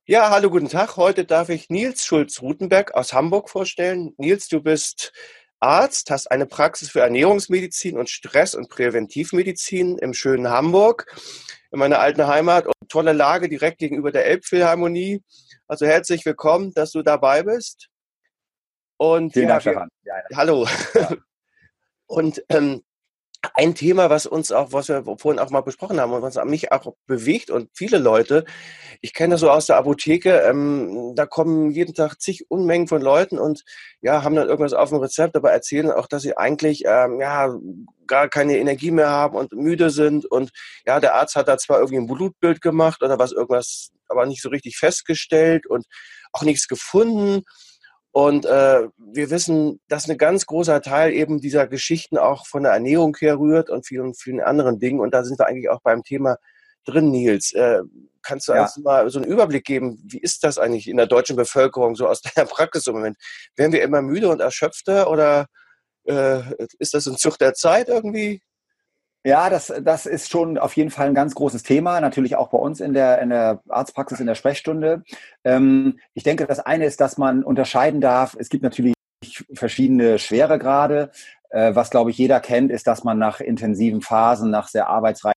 Ja, hallo, guten Tag. Heute darf ich Nils Schulz-Rutenberg aus Hamburg vorstellen. Nils, du bist Arzt, hast eine Praxis für Ernährungsmedizin und Stress- und Präventivmedizin im schönen Hamburg, in meiner alten Heimat, und tolle Lage direkt gegenüber der Elbphilharmonie. Also herzlich willkommen, dass du dabei bist. Und Vielen ja, Dank, Stefan. Ja, hallo. ja. Und ein Thema, was wir vorhin auch mal besprochen haben und was mich auch bewegt und viele Leute, ich kenne das so aus der Apotheke, da kommen jeden Tag zig Unmengen von Leuten und ja, haben dann irgendwas auf dem Rezept, aber erzählen auch, dass sie eigentlich ja gar keine Energie mehr haben und müde sind und ja, der Arzt hat da zwar irgendwie ein Blutbild gemacht oder irgendwas, aber nicht so richtig festgestellt und auch nichts gefunden. Und wir wissen, dass ein ganz großer Teil eben dieser Geschichten auch von der Ernährung herrührt und vielen, vielen anderen Dingen. Und da sind wir eigentlich auch beim Thema drin, Nils. Kannst du uns Ja. mal so einen Überblick geben, wie ist das eigentlich in der deutschen Bevölkerung, so aus deiner Praxis im Moment? Werden wir immer müde und erschöpfter oder äh, ist das ein Zug der Zeit irgendwie? Ja, das ist schon auf jeden Fall ein ganz großes Thema, natürlich auch bei uns in der Arztpraxis, in der Sprechstunde. Ich denke, das eine ist, dass man unterscheiden darf. Es gibt natürlich verschiedene Schweregrade. Was, glaube ich, jeder kennt, ist, dass man nach intensiven Phasen, nach sehr arbeitsreichen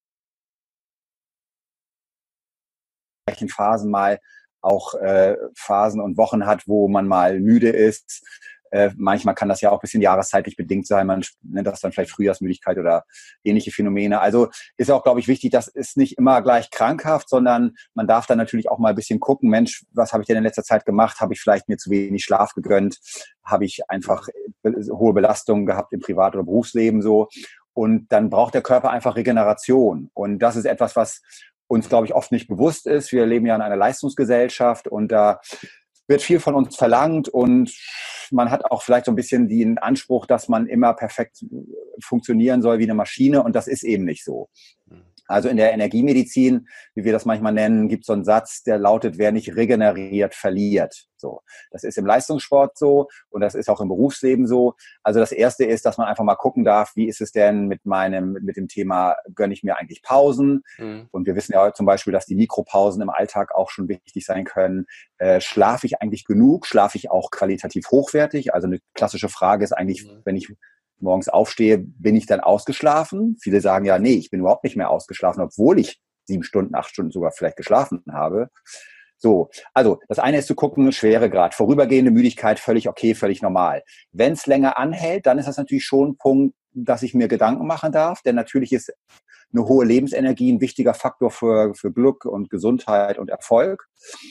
Phasen mal auch Phasen und Wochen hat, wo man mal müde ist. Manchmal kann das ja auch ein bisschen jahreszeitlich bedingt sein. Man nennt das dann vielleicht Frühjahrsmüdigkeit oder ähnliche Phänomene. Also ist auch, glaube ich, wichtig, das ist nicht immer gleich krankhaft, sondern man darf dann natürlich auch mal ein bisschen gucken, Mensch, was habe ich denn in letzter Zeit gemacht? Habe ich vielleicht mir zu wenig Schlaf gegönnt? Habe ich einfach hohe Belastungen gehabt im Privat- oder Berufsleben so? Und dann braucht der Körper einfach Regeneration. Und das ist etwas, was uns, glaube ich, oft nicht bewusst ist. Wir leben ja in einer Leistungsgesellschaft und da wird viel von uns verlangt und man hat auch vielleicht so ein bisschen den Anspruch, dass man immer perfekt funktionieren soll wie eine Maschine und das ist eben nicht so. Also in der Energiemedizin, wie wir das manchmal nennen, gibt es so einen Satz, der lautet, wer nicht regeneriert, verliert. So, das ist im Leistungssport so und das ist auch im Berufsleben so. Also das Erste ist, dass man einfach mal gucken darf, wie ist es denn mit dem Thema, gönne ich mir eigentlich Pausen? Mhm. Und wir wissen ja zum Beispiel, dass die Mikropausen im Alltag auch schon wichtig sein können. Schlafe ich eigentlich genug? Schlafe ich auch qualitativ hochwertig? Also eine klassische Frage ist eigentlich, Mhm. wenn ich morgens aufstehe, bin ich dann ausgeschlafen? Viele sagen ja, nee, ich bin überhaupt nicht mehr ausgeschlafen, obwohl ich 7 Stunden, 8 Stunden sogar vielleicht geschlafen habe. So, also das eine ist zu gucken, Schweregrad, vorübergehende Müdigkeit, völlig okay, völlig normal. Wenn es länger anhält, dann ist das natürlich schon ein Punkt, dass ich mir Gedanken machen darf, denn natürlich ist eine hohe Lebensenergie ein wichtiger Faktor für Glück und Gesundheit und Erfolg.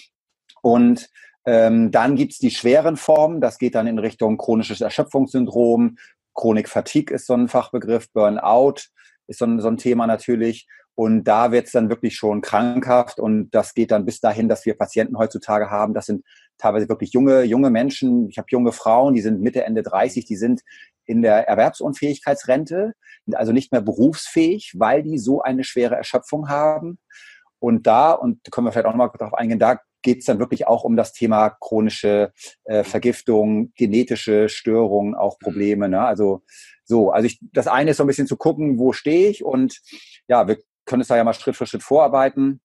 Und dann gibt's die schweren Formen, das geht dann in Richtung chronisches Erschöpfungssyndrom, Chronik-Fatigue ist so ein Fachbegriff, Burnout ist so ein Thema natürlich. Und da wird's dann wirklich schon krankhaft und das geht dann bis dahin, dass wir Patienten heutzutage haben. Das sind teilweise wirklich junge Menschen. Ich habe junge Frauen, die sind Mitte, Ende 30, die sind in der Erwerbsunfähigkeitsrente, also nicht mehr berufsfähig, weil die so eine schwere Erschöpfung haben. Und da können wir vielleicht auch nochmal darauf eingehen, da geht es dann wirklich auch um das Thema chronische Vergiftung, genetische Störungen, auch Probleme. Ne? Also das eine ist so ein bisschen zu gucken, wo stehe ich und ja, wir können es da ja mal Schritt für Schritt vorarbeiten.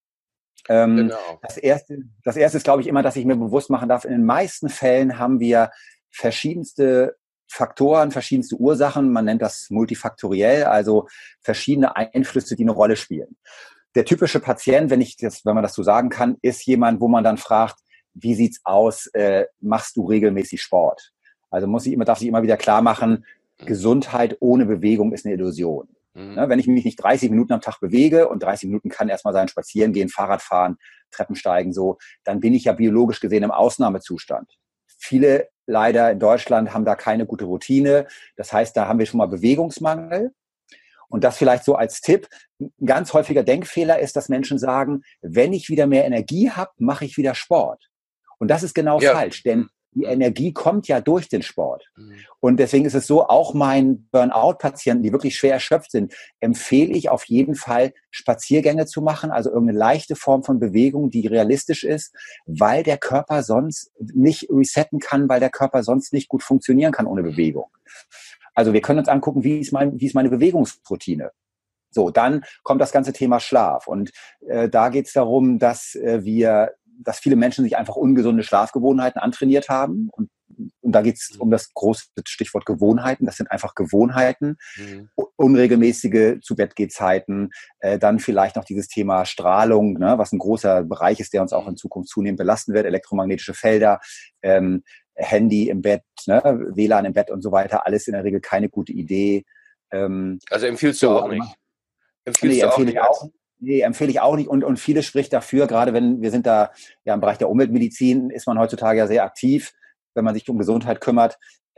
Genau. Das erste ist, glaube ich, immer, dass ich mir bewusst machen darf, in den meisten Fällen haben wir verschiedenste Faktoren, verschiedenste Ursachen. Man nennt das multifaktoriell, also verschiedene Einflüsse, die eine Rolle spielen. Der typische Patient, wenn man das so sagen kann, ist jemand, wo man dann fragt, wie sieht's aus? Machst du regelmäßig Sport? Also darf sich immer wieder klar machen, Mhm. Gesundheit ohne Bewegung ist eine Illusion. Mhm. Ne, wenn ich mich nicht 30 Minuten am Tag bewege und 30 Minuten kann erstmal sein Spazieren gehen, Fahrrad fahren, Treppen steigen, so, dann bin ich ja biologisch gesehen im Ausnahmezustand. Viele leider in Deutschland haben da keine gute Routine. Das heißt, da haben wir schon mal Bewegungsmangel. Und das vielleicht so als Tipp. Ein ganz häufiger Denkfehler ist, dass Menschen sagen, wenn ich wieder mehr Energie habe, mache ich wieder Sport. Und das ist genau Ja. falsch, denn die Mhm. Energie kommt ja durch den Sport. Mhm. Und deswegen ist es so, auch meinen Burnout-Patienten, die wirklich schwer erschöpft sind, empfehle ich auf jeden Fall, Spaziergänge zu machen, also irgendeine leichte Form von Bewegung, die realistisch ist, weil der Körper sonst nicht resetten kann, weil der Körper sonst nicht gut funktionieren kann ohne Bewegung. Also wir können uns angucken, wie ist meine Bewegungsroutine. So, dann kommt das ganze Thema Schlaf. Und da geht es darum, dass wir dass viele Menschen sich einfach ungesunde Schlafgewohnheiten antrainiert haben. Und da geht es um das große Stichwort Gewohnheiten. Das sind einfach Gewohnheiten, unregelmäßige Zu-Bett-Geh-Zeiten, dann vielleicht noch dieses Thema Strahlung, ne, was ein großer Bereich ist, der uns auch in Zukunft zunehmend belasten wird, elektromagnetische Felder, Handy im Bett, ne, WLAN im Bett und so weiter, alles in der Regel keine gute Idee. Also empfiehlst du auch nicht? Nee, empfehle ich auch nicht. Und vieles spricht dafür, gerade wenn wir sind da ja im Bereich der Umweltmedizin, ist man heutzutage ja sehr aktiv, wenn man sich um Gesundheit kümmert.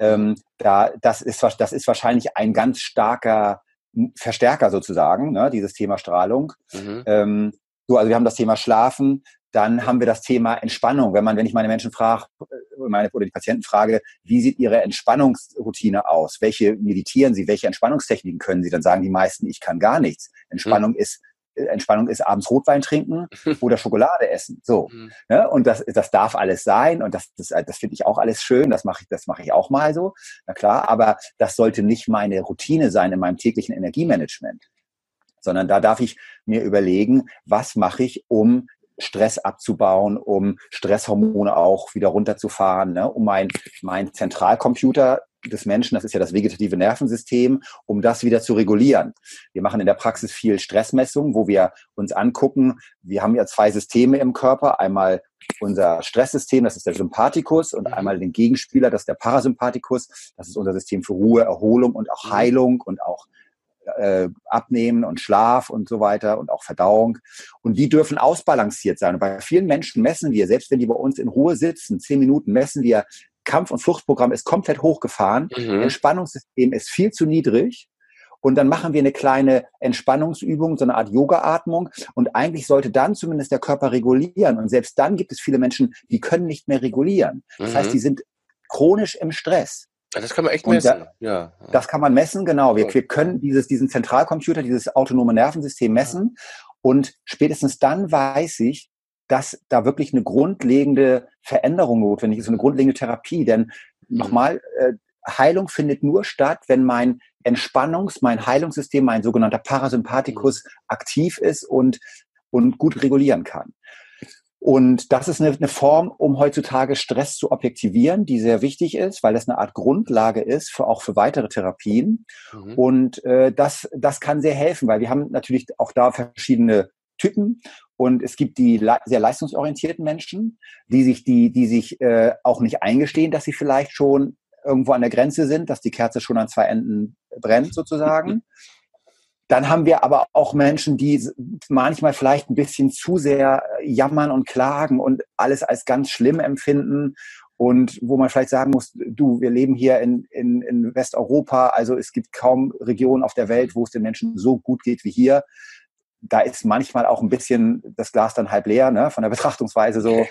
Das ist wahrscheinlich ein ganz starker Verstärker sozusagen, ne, dieses Thema Strahlung. Also wir haben das Thema Schlafen, dann haben wir das Thema Entspannung. Wenn ich meine Menschen frage, oder die Patienten frage, wie sieht ihre Entspannungsroutine aus? Welche meditieren sie? Welche Entspannungstechniken können sie? Dann sagen die meisten, ich kann gar nichts. Entspannung ist abends Rotwein trinken oder Schokolade essen. So. Ne? Und das darf alles sein. Und das finde ich auch alles schön. Das mache ich auch mal so. Na klar. Aber das sollte nicht meine Routine sein in meinem täglichen Energiemanagement. Sondern da darf ich mir überlegen, was mache ich, um Stress abzubauen, um Stresshormone auch wieder runterzufahren, ne? Um mein Zentralcomputer des Menschen, das ist ja das vegetative Nervensystem, um das wieder zu regulieren. Wir machen in der Praxis viel Stressmessung, wo wir uns angucken, wir haben ja 2 Systeme im Körper, einmal unser Stresssystem, das ist der Sympathikus, und einmal den Gegenspieler, das ist der Parasympathikus, das ist unser System für Ruhe, Erholung und auch Heilung und auch Abnehmen und Schlaf und so weiter und auch Verdauung. Und die dürfen ausbalanciert sein. Und bei vielen Menschen messen wir, selbst wenn die bei uns in Ruhe sitzen, 10 Minuten messen wir, Kampf- und Fluchtprogramm ist komplett hochgefahren, Entspannungssystem ist viel zu niedrig. Und dann machen wir eine kleine Entspannungsübung, so eine Art Yoga-Atmung. Und eigentlich sollte dann zumindest der Körper regulieren. Und selbst dann gibt es viele Menschen, die können nicht mehr regulieren. Das heißt, die sind chronisch im Stress. Das kann man echt messen. Das kann man messen, genau. Wir können diesen Zentralcomputer, dieses autonome Nervensystem messen. Und spätestens dann weiß ich, dass da wirklich eine grundlegende Veränderung notwendig ist, eine grundlegende Therapie. Denn nochmal, Heilung findet nur statt, wenn mein Heilungssystem, mein sogenannter Parasympathikus aktiv ist und gut regulieren kann. Und das ist eine Form, um heutzutage Stress zu objektivieren, die sehr wichtig ist, weil das eine Art Grundlage ist auch für weitere Therapien. Und das kann sehr helfen, weil wir haben natürlich auch da verschiedene Typen. Und es gibt die sehr leistungsorientierten Menschen, die sich auch nicht eingestehen, dass sie vielleicht schon irgendwo an der Grenze sind, dass die Kerze schon an 2 Enden brennt sozusagen. Dann haben wir aber auch Menschen, die manchmal vielleicht ein bisschen zu sehr jammern und klagen und alles als ganz schlimm empfinden. Und wo man vielleicht sagen muss, wir leben hier in Westeuropa, also es gibt kaum Regionen auf der Welt, wo es den Menschen so gut geht wie hier. Da ist manchmal auch ein bisschen das Glas dann halb leer, ne, von der Betrachtungsweise so.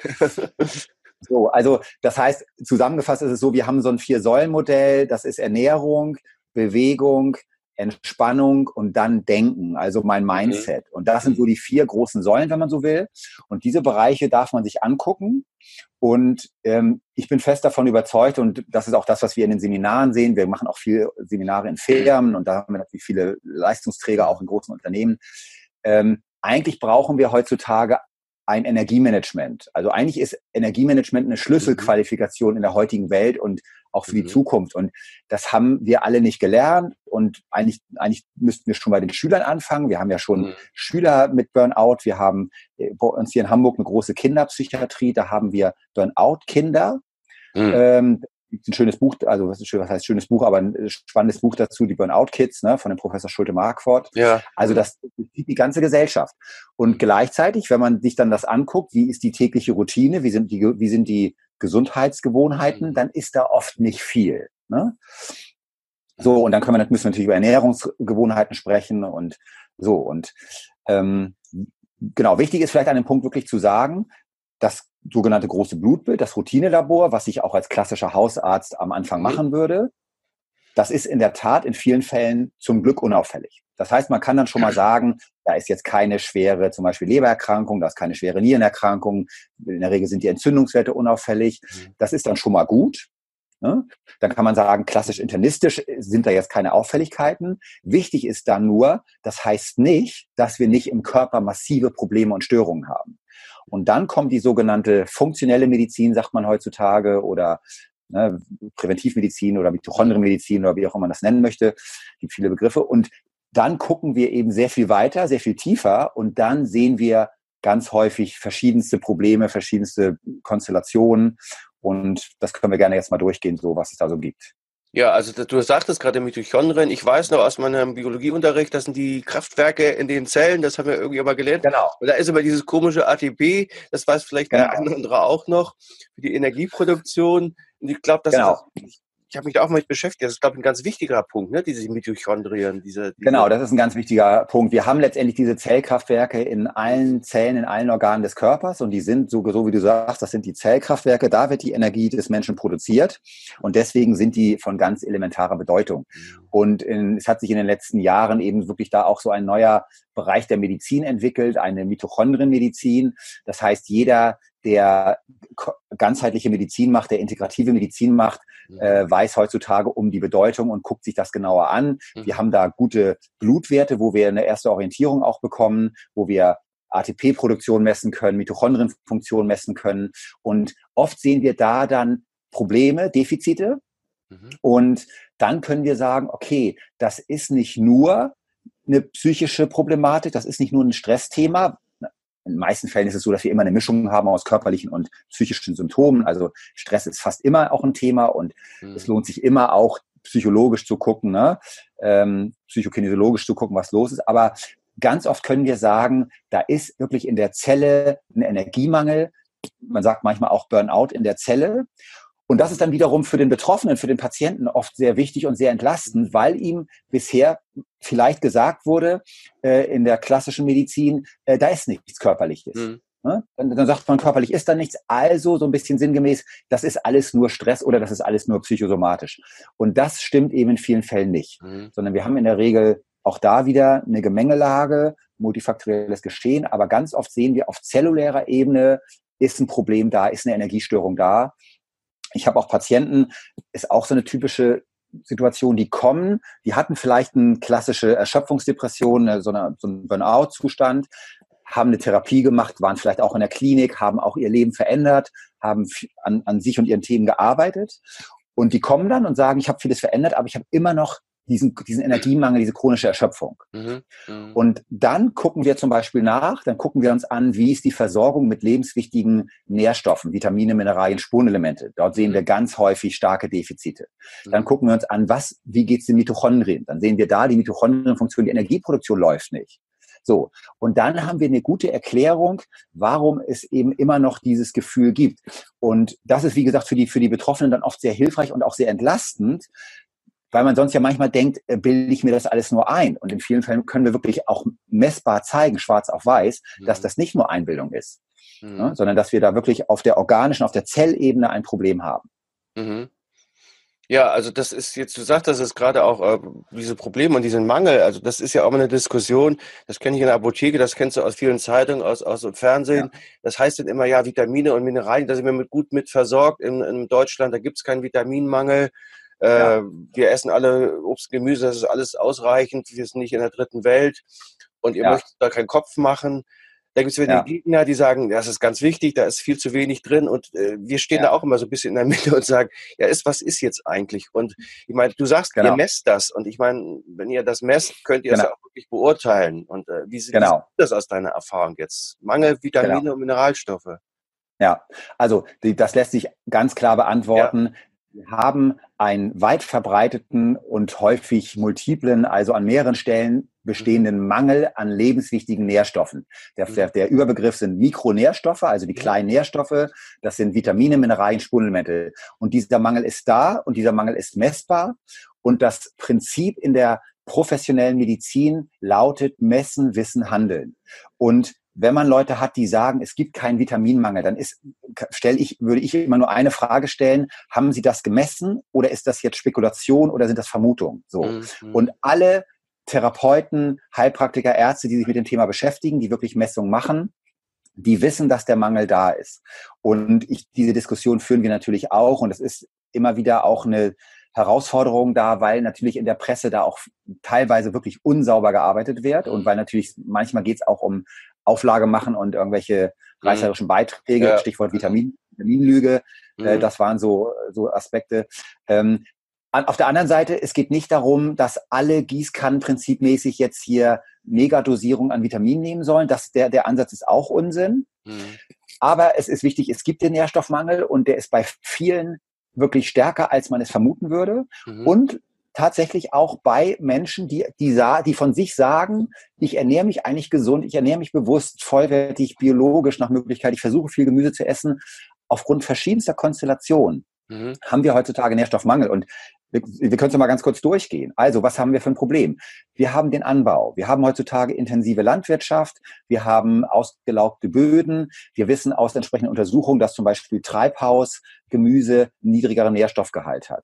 So, also das heißt, zusammengefasst ist es so, wir haben so ein 4-Säulen-Modell, das ist Ernährung, Bewegung, Entspannung und dann Denken, also mein Mindset. Und das sind so die 4 großen Säulen, wenn man so will. Und diese Bereiche darf man sich angucken. Und ich bin fest davon überzeugt, und das ist auch das, was wir in den Seminaren sehen. Wir machen auch viele Seminare in Firmen und da haben wir natürlich viele Leistungsträger auch in großen Unternehmen. Eigentlich brauchen wir heutzutage ein Energiemanagement. Also eigentlich ist Energiemanagement eine Schlüsselqualifikation in der heutigen Welt und auch für die Zukunft. Und das haben wir alle nicht gelernt. Und eigentlich müssten wir schon bei den Schülern anfangen. Wir haben ja schon Schüler mit Burnout. Wir haben bei uns hier in Hamburg eine große Kinderpsychiatrie. Da haben wir Burnout-Kinder. Ein schönes Buch, also was heißt schönes Buch, aber ein spannendes Buch dazu, die Burnout-Kids, ne, von dem Professor Schulte-Marquardt. Ja. Also das sieht die ganze Gesellschaft. Und gleichzeitig, wenn man sich dann das anguckt, wie ist die tägliche Routine, wie sind die Gesundheitsgewohnheiten, dann ist da oft nicht viel. Ne? So, und dann müssen wir natürlich über Ernährungsgewohnheiten sprechen und so. Und genau, wichtig ist vielleicht an dem Punkt wirklich zu sagen, das sogenannte große Blutbild, das Routinelabor, was ich auch als klassischer Hausarzt am Anfang machen würde, das ist in der Tat in vielen Fällen zum Glück unauffällig. Das heißt, man kann dann schon mal sagen, da ist jetzt keine schwere, zum Beispiel Lebererkrankung, da ist keine schwere Nierenerkrankung. In der Regel sind die Entzündungswerte unauffällig. Das ist dann schon mal gut. Ne? Dann kann man sagen, klassisch internistisch sind da jetzt keine Auffälligkeiten. Wichtig ist dann nur, das heißt nicht, dass wir nicht im Körper massive Probleme und Störungen haben. Und dann kommt die sogenannte funktionelle Medizin, sagt man heutzutage, oder Präventivmedizin oder Mitochondrienmedizin oder wie auch immer man das nennen möchte. Es gibt viele Begriffe. Und dann gucken wir eben sehr viel weiter, sehr viel tiefer und dann sehen wir ganz häufig verschiedenste Probleme, verschiedenste Konstellationen. Und das können wir gerne jetzt mal durchgehen, so was es da so gibt. Ja, also du sagtest gerade Mitochondrien. Ich weiß noch aus meinem Biologieunterricht, das sind die Kraftwerke in den Zellen, das haben wir irgendwie immer gelernt. Genau. Und da ist immer dieses komische ATP, das weiß vielleicht der eine oder andere auch noch, für die Energieproduktion. Und ich glaube, ich habe mich da auch mal mit beschäftigt. Das ist, glaube ich, ein ganz wichtiger Punkt, ne? Diese Mitochondrien. Genau, das ist ein ganz wichtiger Punkt. Wir haben letztendlich diese Zellkraftwerke in allen Zellen, in allen Organen des Körpers und die sind so wie du sagst, das sind die Zellkraftwerke. Da wird die Energie des Menschen produziert und deswegen sind die von ganz elementarer Bedeutung. Und es hat sich in den letzten Jahren eben wirklich da auch so ein neuer Bereich der Medizin entwickelt, eine Mitochondrienmedizin. Das heißt, jeder, der ganzheitliche Medizin macht, der integrative Medizin macht, weiß heutzutage um die Bedeutung und guckt sich das genauer an. Wir haben da gute Blutwerte, wo wir eine erste Orientierung auch bekommen, wo wir ATP-Produktion messen können, Mitochondrienfunktion messen können. Und oft sehen wir da dann Probleme, Defizite. Und dann können wir sagen, okay, das ist nicht nur eine psychische Problematik, das ist nicht nur ein Stressthema. In den meisten Fällen ist es so, dass wir immer eine Mischung haben aus körperlichen und psychischen Symptomen. Also Stress ist fast immer auch ein Thema und es lohnt sich immer auch psychologisch zu gucken, ne? Psychokinesiologisch zu gucken, was los ist. Aber ganz oft können wir sagen, da ist wirklich in der Zelle ein Energiemangel. Man sagt manchmal auch Burnout in der Zelle. Und das ist dann wiederum für den Betroffenen, für den Patienten oft sehr wichtig und sehr entlastend, weil ihm bisher vielleicht gesagt wurde, in der klassischen Medizin, da ist nichts Körperliches. Dann sagt man, körperlich ist da nichts. Also so ein bisschen sinngemäß, das ist alles nur Stress oder das ist alles nur psychosomatisch. Und das stimmt eben in vielen Fällen nicht. Sondern wir haben in der Regel auch da wieder eine Gemengelage, multifaktorielles Geschehen. Aber ganz oft sehen wir auf zellulärer Ebene, ist ein Problem da, ist eine Energiestörung da. Ich habe auch Patienten, ist auch so eine typische Situation, die kommen, die hatten vielleicht eine klassische Erschöpfungsdepression, so einen Burnout-Zustand, haben eine Therapie gemacht, waren vielleicht auch in der Klinik, haben auch ihr Leben verändert, haben an sich und ihren Themen gearbeitet. Und die kommen dann und sagen, ich habe vieles verändert, aber ich habe immer noch diesen Energiemangel, diese chronische Erschöpfung. Und dann gucken wir zum Beispiel dann gucken wir uns an, wie ist die Versorgung mit lebenswichtigen Nährstoffen, Vitamine, Mineralien, Spurenelemente. Dort sehen wir ganz häufig starke Defizite. Dann gucken wir uns an, wie geht es den Mitochondrien? Dann sehen wir da, die Mitochondrienfunktion, die Energieproduktion läuft nicht. So. Und dann haben wir eine gute Erklärung, warum es eben immer noch dieses Gefühl gibt. Und das ist, wie gesagt, für die Betroffenen dann oft sehr hilfreich und auch sehr entlastend, weil man sonst ja manchmal denkt, bilde ich mir das alles nur ein. Und in vielen Fällen können wir wirklich auch messbar zeigen, schwarz auf weiß, dass das nicht nur Einbildung ist, ne, sondern dass wir da wirklich auf der organischen, auf der Zellebene ein Problem haben. Ja, also das ist jetzt, du sagst, das ist gerade auch diese Probleme und diesen Mangel, also das ist ja auch mal eine Diskussion, das kenne ich in der Apotheke, das kennst du aus vielen Zeitungen, aus dem Fernsehen. Ja. Das heißt dann immer, ja, Vitamine und Mineralien, da sind wir gut mit versorgt in Deutschland, da gibt es keinen Vitaminmangel. Wir essen alle Obst, Gemüse, das ist alles ausreichend, wir sind nicht in der dritten Welt und ihr möchtet da keinen Kopf machen. Da gibt es wieder die Gegner, die sagen, das ist ganz wichtig, da ist viel zu wenig drin und wir stehen da auch immer so ein bisschen in der Mitte und sagen, was ist jetzt eigentlich? Und ich meine, du sagst, ihr messt das und ich meine, wenn ihr das messt, könnt ihr es auch wirklich beurteilen. Und wie sieht das aus deiner Erfahrung jetzt? Mangel Vitamine und Mineralstoffe. Ja, also das lässt sich ganz klar beantworten. Ja. Wir haben einen weit verbreiteten und häufig multiplen, also an mehreren Stellen bestehenden Mangel an lebenswichtigen Nährstoffen. Der Überbegriff sind Mikronährstoffe, also die kleinen Nährstoffe. Das sind Vitamine, Mineralien, Spurenelemente. Und dieser Mangel ist da und dieser Mangel ist messbar. Und das Prinzip in der professionellen Medizin lautet messen, wissen, handeln. Und wenn man Leute hat, die sagen, es gibt keinen Vitaminmangel, dann würde ich immer nur eine Frage stellen: Haben Sie das gemessen oder ist das jetzt Spekulation oder sind das Vermutungen? So. Und alle Therapeuten, Heilpraktiker, Ärzte, die sich mit dem Thema beschäftigen, die wirklich Messungen machen, die wissen, dass der Mangel da ist. Und diese Diskussion führen wir natürlich auch. Und es ist immer wieder auch eine Herausforderung da, weil natürlich in der Presse da auch teilweise wirklich unsauber gearbeitet wird und weil natürlich manchmal geht es auch um Auflage machen und irgendwelche reißerischen Beiträge, Stichwort Vitaminlüge, das waren so Aspekte. Auf der anderen Seite, es geht nicht darum, dass alle Gießkannen prinzipmäßig jetzt hier Megadosierung an Vitaminen nehmen sollen. Der Ansatz ist auch Unsinn. Aber es ist wichtig, es gibt den Nährstoffmangel und der ist bei vielen wirklich stärker, als man es vermuten würde. Und tatsächlich auch bei Menschen, die von sich sagen, ich ernähre mich eigentlich gesund, ich ernähre mich bewusst, vollwertig, biologisch nach Möglichkeit, ich versuche viel Gemüse zu essen. Aufgrund verschiedenster Konstellationen haben wir heutzutage Nährstoffmangel. Und wir können es mal ganz kurz durchgehen. Also, was haben wir für ein Problem? Wir haben den Anbau. Wir haben heutzutage intensive Landwirtschaft. Wir haben ausgelaugte Böden. Wir wissen aus entsprechenden Untersuchungen, dass zum Beispiel Treibhausgemüse niedrigeren Nährstoffgehalt hat.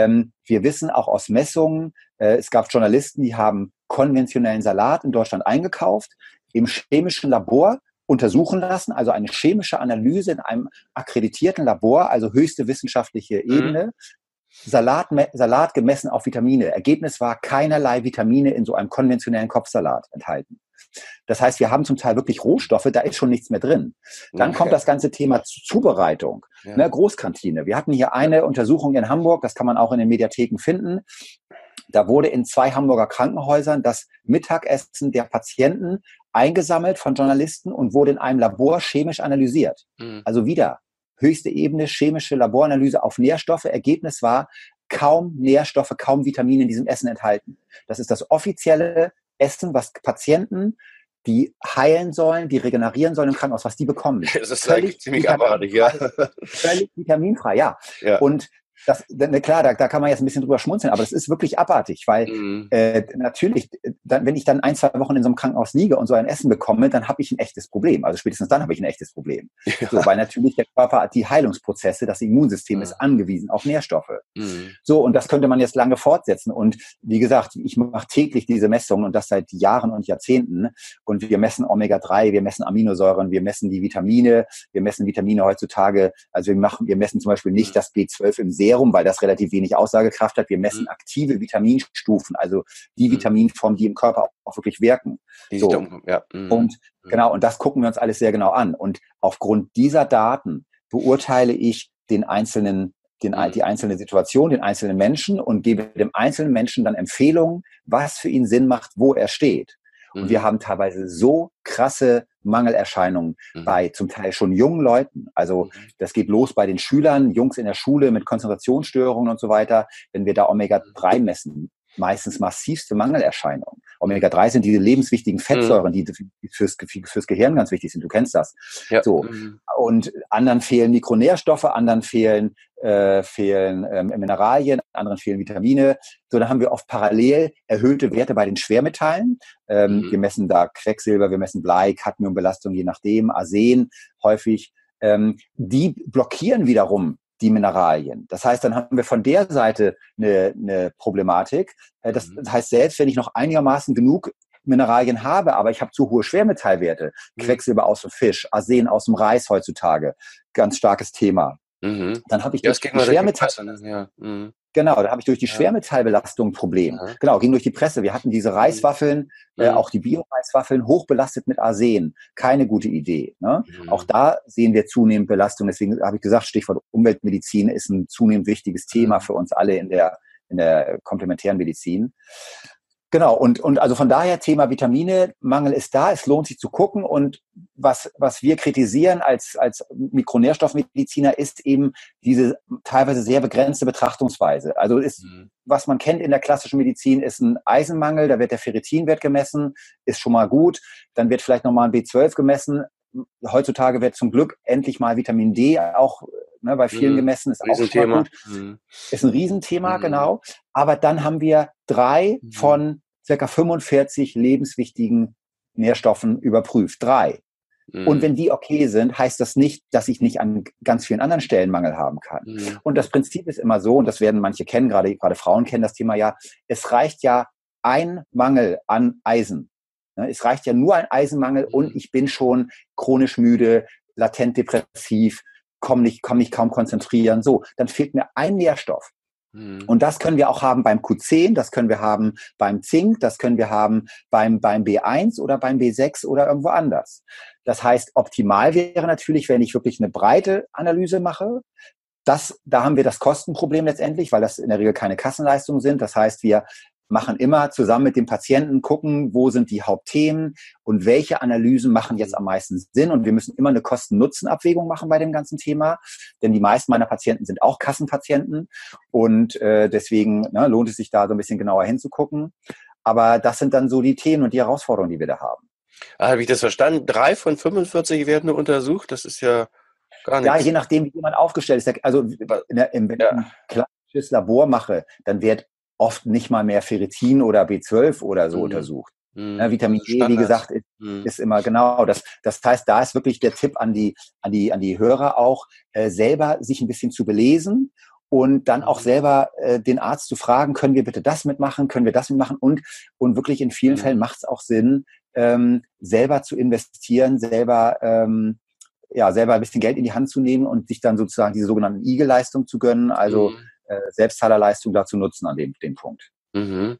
Wir wissen auch aus Messungen, es gab Journalisten, die haben konventionellen Salat in Deutschland eingekauft, im chemischen Labor untersuchen lassen, also eine chemische Analyse in einem akkreditierten Labor, also höchste wissenschaftliche Ebene. Salat gemessen auf Vitamine. Ergebnis war keinerlei Vitamine in so einem konventionellen Kopfsalat enthalten. Das heißt, wir haben zum Teil wirklich Rohstoffe, da ist schon nichts mehr drin. Dann kommt das ganze Thema Zubereitung, Großkantine. Wir hatten hier eine Untersuchung in Hamburg, das kann man auch in den Mediatheken finden. Da wurde in 2 Hamburger Krankenhäusern das Mittagessen der Patienten eingesammelt von Journalisten und wurde in einem Labor chemisch analysiert. Also wieder höchste Ebene, chemische Laboranalyse auf Nährstoffe. Ergebnis war kaum Nährstoffe, kaum Vitamine in diesem Essen enthalten. Das ist das offizielle Essen, was Patienten, die heilen sollen, die regenerieren sollen im Krankenhaus, was die bekommen. Das ist eigentlich ziemlich abartig, ja. Völlig vitaminfrei, ja. Und klar, da kann man jetzt ein bisschen drüber schmunzeln, aber das ist wirklich abartig, weil natürlich, wenn ich dann 1-2 Wochen in so einem Krankenhaus liege und so ein Essen bekomme, dann habe ich ein echtes Problem. Also spätestens dann habe ich ein echtes Problem. So, weil natürlich der Körper, die Heilungsprozesse, das Immunsystem ist angewiesen auf Nährstoffe. So, und das könnte man jetzt lange fortsetzen. Und wie gesagt, ich mache täglich diese Messungen und das seit Jahren und Jahrzehnten. Und wir messen Omega-3, wir messen Aminosäuren, wir messen die Vitamine, wir messen Vitamine heutzutage. Also wir messen zum Beispiel nicht das B12 im Serum, weil das relativ wenig Aussagekraft hat. Wir messen aktive Vitaminstufen, also die Vitaminformen, die im Körper auch wirklich wirken. Und genau, und das gucken wir uns alles sehr genau an. Und aufgrund dieser Daten beurteile ich die einzelne Situation, den einzelnen Menschen und gebe dem einzelnen Menschen dann Empfehlungen, was für ihn Sinn macht, wo er steht. Und wir haben teilweise so krasse Mangelerscheinungen bei zum Teil schon jungen Leuten. Also das geht los bei den Schülern, Jungs in der Schule mit Konzentrationsstörungen und so weiter. Wenn wir da Omega-3 messen, meistens massivste Mangelerscheinungen. Omega-3 sind diese lebenswichtigen Fettsäuren, die fürs Gehirn ganz wichtig sind. Du kennst das. Ja. So. Und anderen fehlen Mikronährstoffe, anderen fehlen Mineralien, anderen fehlen Vitamine. So, dann haben wir oft parallel erhöhte Werte bei den Schwermetallen. Wir messen da Quecksilber, wir messen Blei, Cadmiumbelastung, je nachdem, Arsen häufig. Die blockieren wiederum die Mineralien. Das heißt, dann haben wir von der Seite eine Problematik. Das heißt, selbst wenn ich noch einigermaßen genug Mineralien habe, aber ich habe zu hohe Schwermetallwerte, Quecksilber aus dem Fisch, Arsen aus dem Reis heutzutage, ganz starkes Thema. Dann habe ich durch die Schwermetallbelastung, Genau, da habe ich durch die Schwermetallbelastung ein Problem. Genau, ging durch die Presse. Wir hatten diese Reiswaffeln, auch die Bio-Reiswaffeln, hochbelastet mit Arsen. Keine gute Idee. Ne? Auch da sehen wir zunehmend Belastung. Deswegen habe ich gesagt, Stichwort Umweltmedizin ist ein zunehmend wichtiges Thema für uns alle in der komplementären Medizin. Genau, und also von daher Thema Vitamine, Mangel ist da, es lohnt sich zu gucken und was wir kritisieren als Mikronährstoffmediziner ist eben diese teilweise sehr begrenzte Betrachtungsweise. Also was man kennt in der klassischen Medizin ist ein Eisenmangel, da wird der Ferritinwert gemessen, ist schon mal gut, dann wird vielleicht nochmal ein B12 gemessen, heutzutage wird zum Glück endlich mal Vitamin D auch bei vielen gemessen, ist auch schon mal gut. Ist ein Riesenthema, genau. Aber dann haben wir 3 von ca. 45 lebenswichtigen Nährstoffen überprüft. 3. Und wenn die okay sind, heißt das nicht, dass ich nicht an ganz vielen anderen Stellen Mangel haben kann. Und das Prinzip ist immer so, und das werden manche kennen, gerade Frauen kennen das Thema ja, es reicht ja ein Mangel an Eisen. Es reicht ja nur ein Eisenmangel und ich bin schon chronisch müde, latent depressiv, kann mich kaum konzentrieren. So, dann fehlt mir ein Nährstoff. Und das können wir auch haben beim Q10, das können wir haben beim Zink, das können wir haben beim B1 oder beim B6 oder irgendwo anders. Das heißt, optimal wäre natürlich, wenn ich wirklich eine breite Analyse mache. Da haben wir das Kostenproblem letztendlich, weil das in der Regel keine Kassenleistungen sind. Das heißt, wir machen immer zusammen mit dem Patienten, gucken, wo sind die Hauptthemen und welche Analysen machen jetzt am meisten Sinn. Und wir müssen immer eine Kosten-Nutzen-Abwägung machen bei dem ganzen Thema, denn die meisten meiner Patienten sind auch Kassenpatienten und deswegen lohnt es sich da so ein bisschen genauer hinzugucken. Aber das sind dann so die Themen und die Herausforderungen, die wir da haben. Habe ich das verstanden? 3 von 45 werden nur untersucht? Das ist ja gar nichts. Ja, je nachdem, wie jemand aufgestellt ist. Also wenn ich ein klassisches Labor mache, dann wird oft nicht mal mehr Ferritin oder B12 oder so untersucht. Vitamin E, wie gesagt, ist immer genau. Das heißt, da ist wirklich der Tipp an die Hörer auch, selber sich ein bisschen zu belesen und dann auch selber den Arzt zu fragen, können wir bitte das mitmachen, können wir das mitmachen und wirklich in vielen Fällen macht es auch Sinn, selber zu investieren, selber ein bisschen Geld in die Hand zu nehmen und sich dann sozusagen diese sogenannten IG-Leistung zu gönnen, also Selbstzahlerleistung dazu nutzen an dem Punkt. Mhm.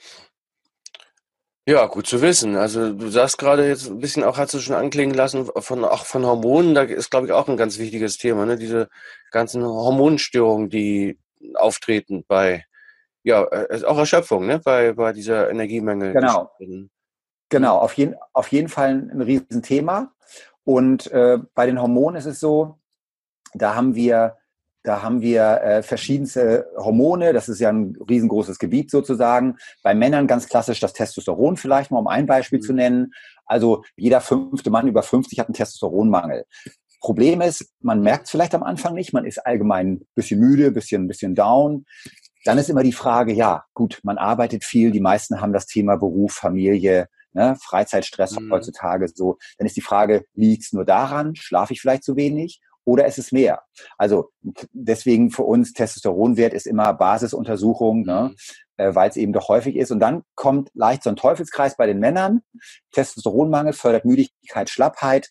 Ja, gut zu wissen. Also du sagst gerade jetzt ein bisschen auch, hast du schon anklingen lassen, von Hormonen, da ist, glaube ich, auch ein ganz wichtiges Thema, ne? Diese ganzen Hormonstörungen, die auftreten bei, auch Erschöpfung, ne? Bei dieser Energiemangel. Genau, auf jeden Fall ein Riesenthema. Und bei den Hormonen ist es so, da haben wir verschiedenste Hormone, das ist ja ein riesengroßes Gebiet sozusagen. Bei Männern ganz klassisch das Testosteron vielleicht mal, um ein Beispiel zu nennen. Also jeder 5. Mann über 50 hat einen Testosteronmangel. Problem ist, man merkt es vielleicht am Anfang nicht, man ist allgemein ein bisschen müde, bisschen down. Dann ist immer die Frage, ja gut, man arbeitet viel, die meisten haben das Thema Beruf, Familie, Freizeitstress heutzutage so. Dann ist die Frage, liegt es nur daran, schlafe ich vielleicht zu wenig? Oder ist es mehr? Also deswegen für uns Testosteronwert ist immer Basisuntersuchung, weil es eben doch häufig ist. Und dann kommt leicht so ein Teufelskreis bei den Männern. Testosteronmangel fördert Müdigkeit, Schlappheit,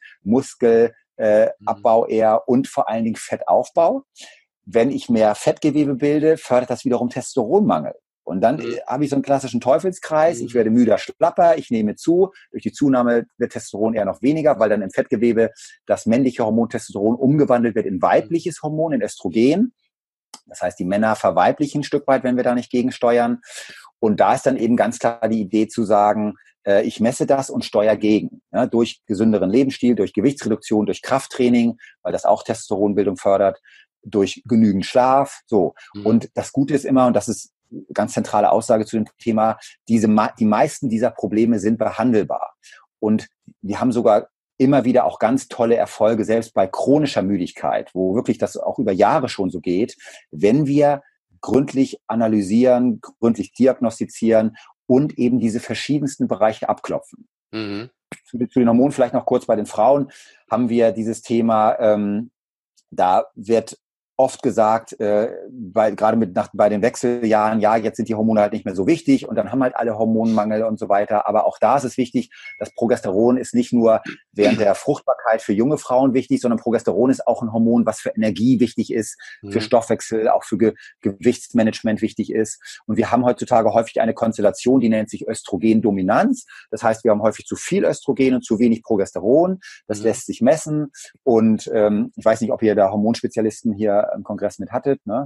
Muskelabbau eher und vor allen Dingen Fettaufbau. Wenn ich mehr Fettgewebe bilde, fördert das wiederum Testosteronmangel. Und dann habe ich so einen klassischen Teufelskreis. Ich werde müder, schlapper, ich nehme zu. Durch die Zunahme wird Testosteron eher noch weniger, weil dann im Fettgewebe das männliche Hormon Testosteron umgewandelt wird in weibliches Hormon, in Östrogen. Das heißt, die Männer verweiblichen ein Stück weit, wenn wir da nicht gegensteuern. Und da ist dann eben ganz klar die Idee zu sagen, ich messe das und steuere gegen. Durch gesünderen Lebensstil, durch Gewichtsreduktion, durch Krafttraining, weil das auch Testosteronbildung fördert, durch genügend Schlaf. So. Und das Gute ist immer, und das ist ganz zentrale Aussage zu dem Thema, die meisten dieser Probleme sind behandelbar. Und wir haben sogar immer wieder auch ganz tolle Erfolge, selbst bei chronischer Müdigkeit, wo wirklich das auch über Jahre schon so geht, wenn wir gründlich analysieren, gründlich diagnostizieren und eben diese verschiedensten Bereiche abklopfen. Zu den Hormonen vielleicht noch kurz bei den Frauen haben wir dieses Thema, da wird oft gesagt, gerade bei den Wechseljahren, ja, jetzt sind die Hormone halt nicht mehr so wichtig und dann haben halt alle Hormonmangel und so weiter. Aber auch da ist es wichtig, das Progesteron ist nicht nur während der Fruchtbarkeit für junge Frauen wichtig, sondern Progesteron ist auch ein Hormon, was für Energie wichtig ist, für Stoffwechsel, auch für Gewichtsmanagement wichtig ist. Und wir haben heutzutage häufig eine Konstellation, die nennt sich Östrogendominanz. Das heißt, wir haben häufig zu viel Östrogen und zu wenig Progesteron. Das lässt sich messen. Und ich weiß nicht, ob ihr da Hormonspezialisten hier im Kongress mit hattet, ne?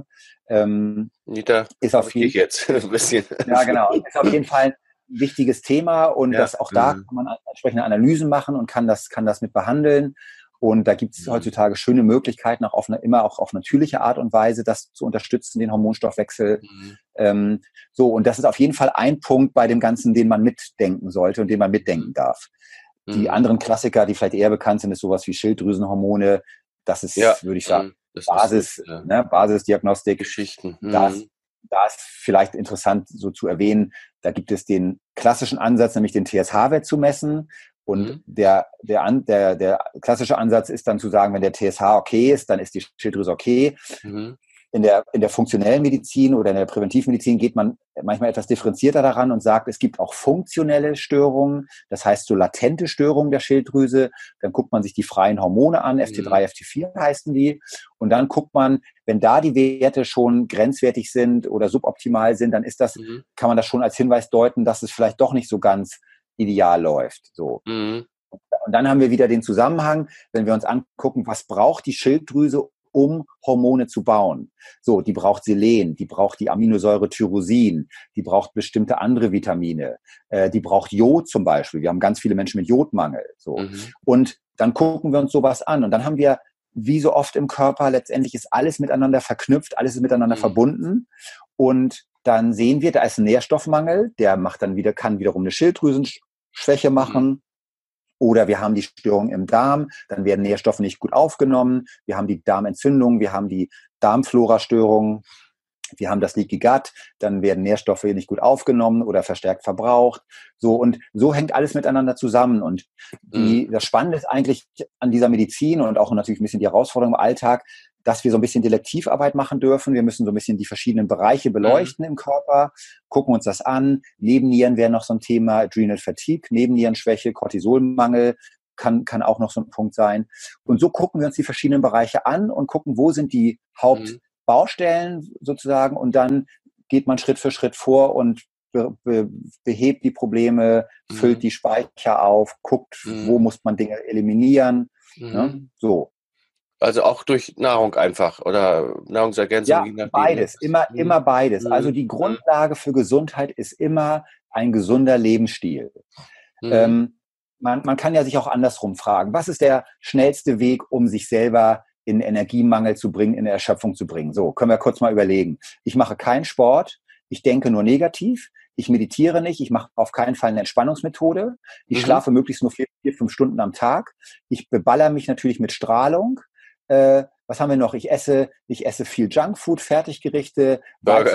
Ist auf jeden jetzt ein bisschen. Ja, genau. Ist auf jeden Fall ein wichtiges Thema und das auch da kann man entsprechende Analysen machen und kann das mit behandeln. Und da gibt es heutzutage schöne Möglichkeiten, immer auf natürliche Art und Weise, das zu unterstützen, den Hormonstoffwechsel. Und das ist auf jeden Fall ein Punkt bei dem Ganzen, den man mitdenken sollte und den man mitdenken darf. Die anderen Klassiker, die vielleicht eher bekannt sind, ist sowas wie Schilddrüsenhormone. Das ist, würde ich sagen, Basisdiagnostik. Geschichten. Da ist vielleicht interessant so zu erwähnen, da gibt es den klassischen Ansatz, nämlich den TSH-Wert zu messen. Und der klassische Ansatz ist dann zu sagen, wenn der TSH okay ist, dann ist die Schilddrüse okay. in der funktionellen Medizin oder in der Präventivmedizin geht man manchmal etwas differenzierter daran und sagt, es gibt auch funktionelle Störungen, das heißt so latente Störungen der Schilddrüse. Dann guckt man sich die freien Hormone an, FT3, FT4 heißen die. Und dann guckt man, wenn da die Werte schon grenzwertig sind oder suboptimal sind, dann ist das, kann man das schon als Hinweis deuten, dass es vielleicht doch nicht so ganz ideal läuft. So. Und dann haben wir wieder den Zusammenhang, wenn wir uns angucken, was braucht die Schilddrüse, um Hormone zu bauen. So, die braucht Selen, die braucht die Aminosäure Tyrosin, die braucht bestimmte andere Vitamine, die braucht Jod zum Beispiel. Wir haben ganz viele Menschen mit Jodmangel. So. Und dann gucken wir uns sowas an. Und dann haben wir, wie so oft im Körper, letztendlich ist alles miteinander verknüpft, alles ist miteinander verbunden. Und dann sehen wir, da ist ein Nährstoffmangel, der macht dann wieder, kann wiederum eine Schilddrüsenschwäche machen. Oder wir haben die Störung im Darm, dann werden Nährstoffe nicht gut aufgenommen. Wir haben die Darmentzündung, wir haben die Darmflora-Störung, wir haben das Leaky Gut, dann werden Nährstoffe nicht gut aufgenommen oder verstärkt verbraucht. So, und so hängt alles miteinander zusammen. Und das Spannende ist eigentlich an dieser Medizin und auch natürlich ein bisschen die Herausforderung im Alltag, dass wir so ein bisschen Detektivarbeit machen dürfen. Wir müssen so ein bisschen die verschiedenen Bereiche beleuchten im Körper, gucken uns das an. Nebennieren wäre noch so ein Thema, Adrenal Fatigue, Nebennierenschwäche, Cortisolmangel kann auch noch so ein Punkt sein. Und so gucken wir uns die verschiedenen Bereiche an und gucken, wo sind die Hauptbaustellen sozusagen. Und dann geht man Schritt für Schritt vor und behebt die Probleme, füllt die Speicher auf, guckt, wo muss man Dinge eliminieren. Ne? So. Also auch durch Nahrung einfach oder Nahrungsergänzung? Ja, je nachdem. Beides, immer beides. Also die Grundlage für Gesundheit ist immer ein gesunder Lebensstil. Man kann ja sich auch andersrum fragen, was ist der schnellste Weg, um sich selber in Energiemangel zu bringen, in Erschöpfung zu bringen? So, können wir kurz mal überlegen. Ich mache keinen Sport, ich denke nur negativ, ich meditiere nicht, ich mache auf keinen Fall eine Entspannungsmethode, ich schlafe möglichst nur 4-5 Stunden am Tag, ich beballer mich natürlich mit Strahlung. Was haben wir noch? Ich esse viel Junkfood, Fertiggerichte, Burger,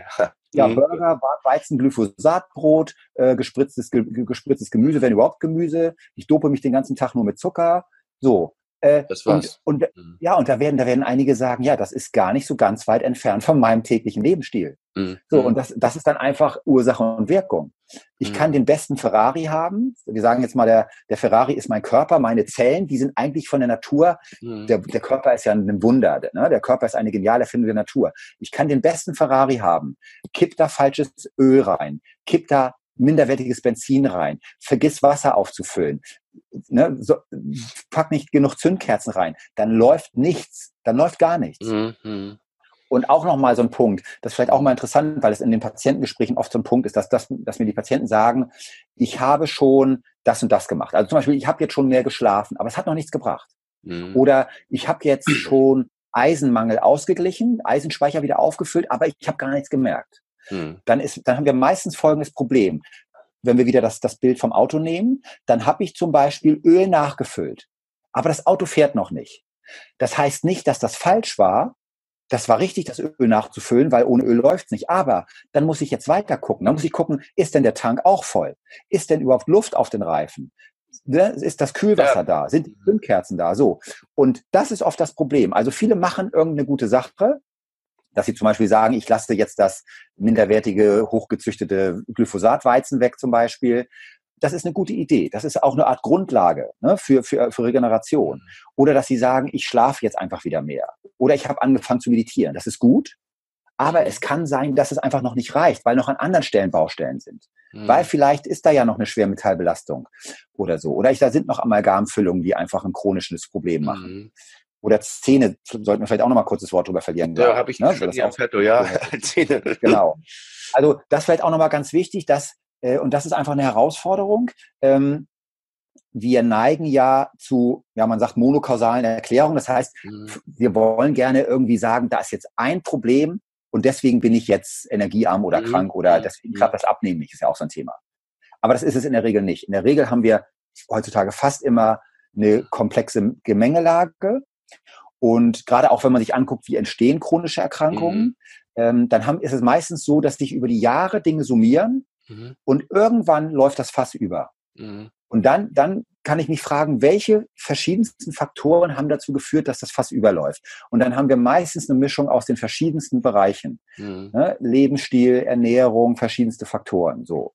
Burger, Weizenglyphosatbrot, gespritztes Gemüse, wenn überhaupt Gemüse. Ich dope mich den ganzen Tag nur mit Zucker. So. Das war's. Und da werden einige sagen, ja, das ist gar nicht so ganz weit entfernt von meinem täglichen Lebensstil. So, und das ist dann einfach Ursache und Wirkung. Ich kann den besten Ferrari haben. Wir sagen jetzt mal, der Ferrari ist mein Körper, meine Zellen, die sind eigentlich von der Natur. Der Körper ist ja ein Wunder. Ne? Der Körper ist eine geniale Erfindung der Natur. Ich kann den besten Ferrari haben. Kipp da falsches Öl rein. Kipp da minderwertiges Benzin rein. Vergiss Wasser aufzufüllen. Ne? So, pack nicht genug Zündkerzen rein. Dann läuft nichts. Dann läuft gar nichts. Und auch nochmal so ein Punkt, das ist vielleicht auch mal interessant, weil es in den Patientengesprächen oft so ein Punkt ist, dass mir die Patienten sagen, ich habe schon das und das gemacht. Also zum Beispiel, ich habe jetzt schon mehr geschlafen, aber es hat noch nichts gebracht. Oder ich habe jetzt schon Eisenmangel ausgeglichen, Eisenspeicher wieder aufgefüllt, aber ich habe gar nichts gemerkt. Dann haben wir meistens folgendes Problem. Wenn wir wieder das Bild vom Auto nehmen, dann habe ich zum Beispiel Öl nachgefüllt, aber das Auto fährt noch nicht. Das heißt nicht, dass das falsch war. Das war richtig, das Öl nachzufüllen, weil ohne Öl läuft's nicht. Aber dann muss ich jetzt weiter gucken. Dann muss ich gucken, ist denn der Tank auch voll? Ist denn überhaupt Luft auf den Reifen? Ist das Kühlwasser da? Sind die Zündkerzen da? So. Und das ist oft das Problem. Also viele machen irgendeine gute Sache, dass sie zum Beispiel sagen, ich lasse jetzt das minderwertige, hochgezüchtete Glyphosatweizen weg zum Beispiel. Das ist eine gute Idee. Das ist auch eine Art Grundlage, ne, für Regeneration. Oder dass sie sagen, ich schlafe jetzt einfach wieder mehr. Oder ich habe angefangen zu meditieren. Das ist gut. Aber es kann sein, dass es einfach noch nicht reicht, weil noch an anderen Stellen Baustellen sind. Weil vielleicht ist da ja noch eine Schwermetallbelastung oder so. Oder da sind noch Amalgamfüllungen, die einfach ein chronisches Problem machen. Oder Zähne, sollten wir vielleicht auch noch mal kurz das Wort drüber verlieren. Ja, habe ich schon hier am Petto, ja. Zähne. Genau. Also das vielleicht auch noch mal ganz wichtig, und das ist einfach eine Herausforderung. Wir neigen ja zu, man sagt monokausalen Erklärungen. Das heißt, wir wollen gerne irgendwie sagen, da ist jetzt ein Problem und deswegen bin ich jetzt energiearm oder krank oder deswegen klappt das Abnehmen nicht. Ist ja auch so ein Thema. Aber das ist es in der Regel nicht. In der Regel haben wir heutzutage fast immer eine komplexe Gemengelage. Und gerade auch, wenn man sich anguckt, wie entstehen chronische Erkrankungen, dann ist es meistens so, dass sich über die Jahre Dinge summieren und irgendwann läuft das Fass über. Und dann kann ich mich fragen, welche verschiedensten Faktoren haben dazu geführt, dass das Fass überläuft. Und dann haben wir meistens eine Mischung aus den verschiedensten Bereichen. Mhm. Ne? Lebensstil, Ernährung, verschiedenste Faktoren. So.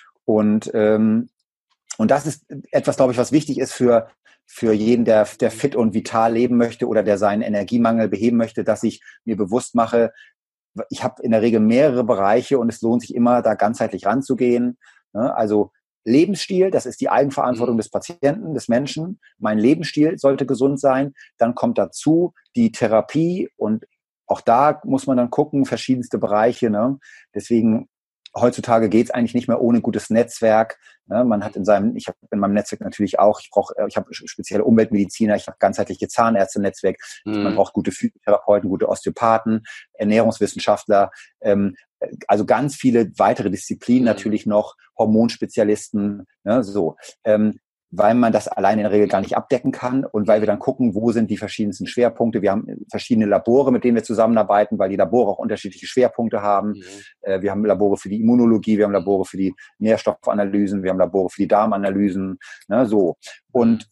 Und das ist etwas, glaube ich, was wichtig ist für jeden, der fit und vital leben möchte oder der seinen Energiemangel beheben möchte, dass ich mir bewusst mache, ich habe in der Regel mehrere Bereiche und es lohnt sich immer, da ganzheitlich ranzugehen. Also Lebensstil, das ist die Eigenverantwortung des Patienten, des Menschen. Mein Lebensstil sollte gesund sein. Dann kommt dazu die Therapie und auch da muss man dann gucken, verschiedenste Bereiche. Ne? Deswegen heutzutage geht es eigentlich nicht mehr ohne gutes Netzwerk. Man hat ich habe in meinem Netzwerk natürlich auch, ich habe spezielle Umweltmediziner, ich habe ganzheitliche Zahnärzte im Netzwerk, man braucht gute Physiotherapeuten, gute Osteopathen, Ernährungswissenschaftler, also ganz viele weitere Disziplinen natürlich noch, Hormonspezialisten, ne, so. Weil man das allein in der Regel gar nicht abdecken kann und weil wir dann gucken, wo sind die verschiedensten Schwerpunkte. Wir haben verschiedene Labore, mit denen wir zusammenarbeiten, weil die Labore auch unterschiedliche Schwerpunkte haben. Wir haben Labore für die Immunologie, wir haben Labore für die Nährstoffanalysen, wir haben Labore für die Darmanalysen, ne, so. Und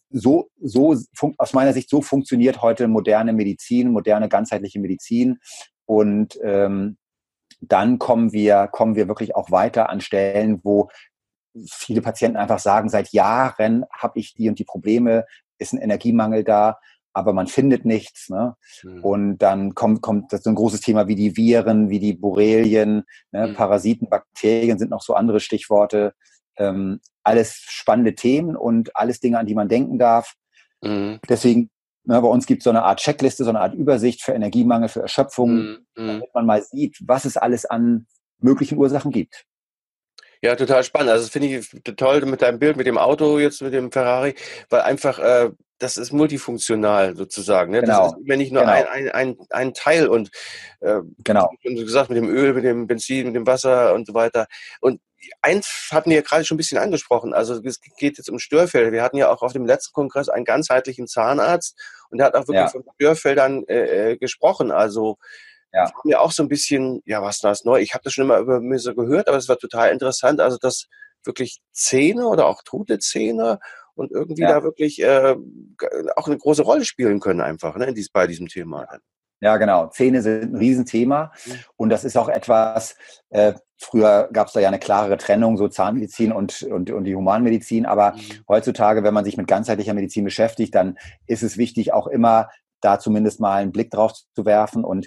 aus meiner Sicht, so funktioniert heute moderne Medizin, moderne ganzheitliche Medizin. Und dann kommen wir wirklich auch weiter an Stellen, wo viele Patienten einfach sagen, seit Jahren habe ich die und die Probleme, ist ein Energiemangel da, aber man findet nichts. Ne? Und dann kommt das so ein großes Thema wie die Viren, wie die Borrelien, ne? Parasiten, Bakterien sind noch so andere Stichworte. Alles spannende Themen und alles Dinge, an die man denken darf. Deswegen, bei uns gibt es so eine Art Checkliste, so eine Art Übersicht für Energiemangel, für Erschöpfung, damit man mal sieht, was es alles an möglichen Ursachen gibt. Ja, total spannend. Also das finde ich toll mit deinem Bild, mit dem Auto jetzt, mit dem Ferrari, weil einfach das ist multifunktional sozusagen. Ne? Das ist immer nicht nur ein Teil und wie gesagt, mit dem Öl, mit dem Benzin, mit dem Wasser und so weiter. Und eins hatten wir ja gerade schon ein bisschen angesprochen. Also es geht jetzt um Störfälle. Wir hatten ja auch auf dem letzten Kongress einen ganzheitlichen Zahnarzt und der hat auch wirklich von Störfeldern gesprochen. Also war mir auch so ein bisschen, was das neu? Ich habe das schon immer über mir so gehört, aber es war total interessant. Also, dass wirklich Zähne oder auch tote Zähne und irgendwie da wirklich auch eine große Rolle spielen können einfach, ne, bei diesem Thema. Ja, genau. Zähne sind ein Riesenthema. Und das ist auch etwas, früher gab es da ja eine klarere Trennung, so Zahnmedizin und die Humanmedizin. Aber heutzutage, wenn man sich mit ganzheitlicher Medizin beschäftigt, dann ist es wichtig, auch immer da zumindest mal einen Blick drauf zu werfen. Und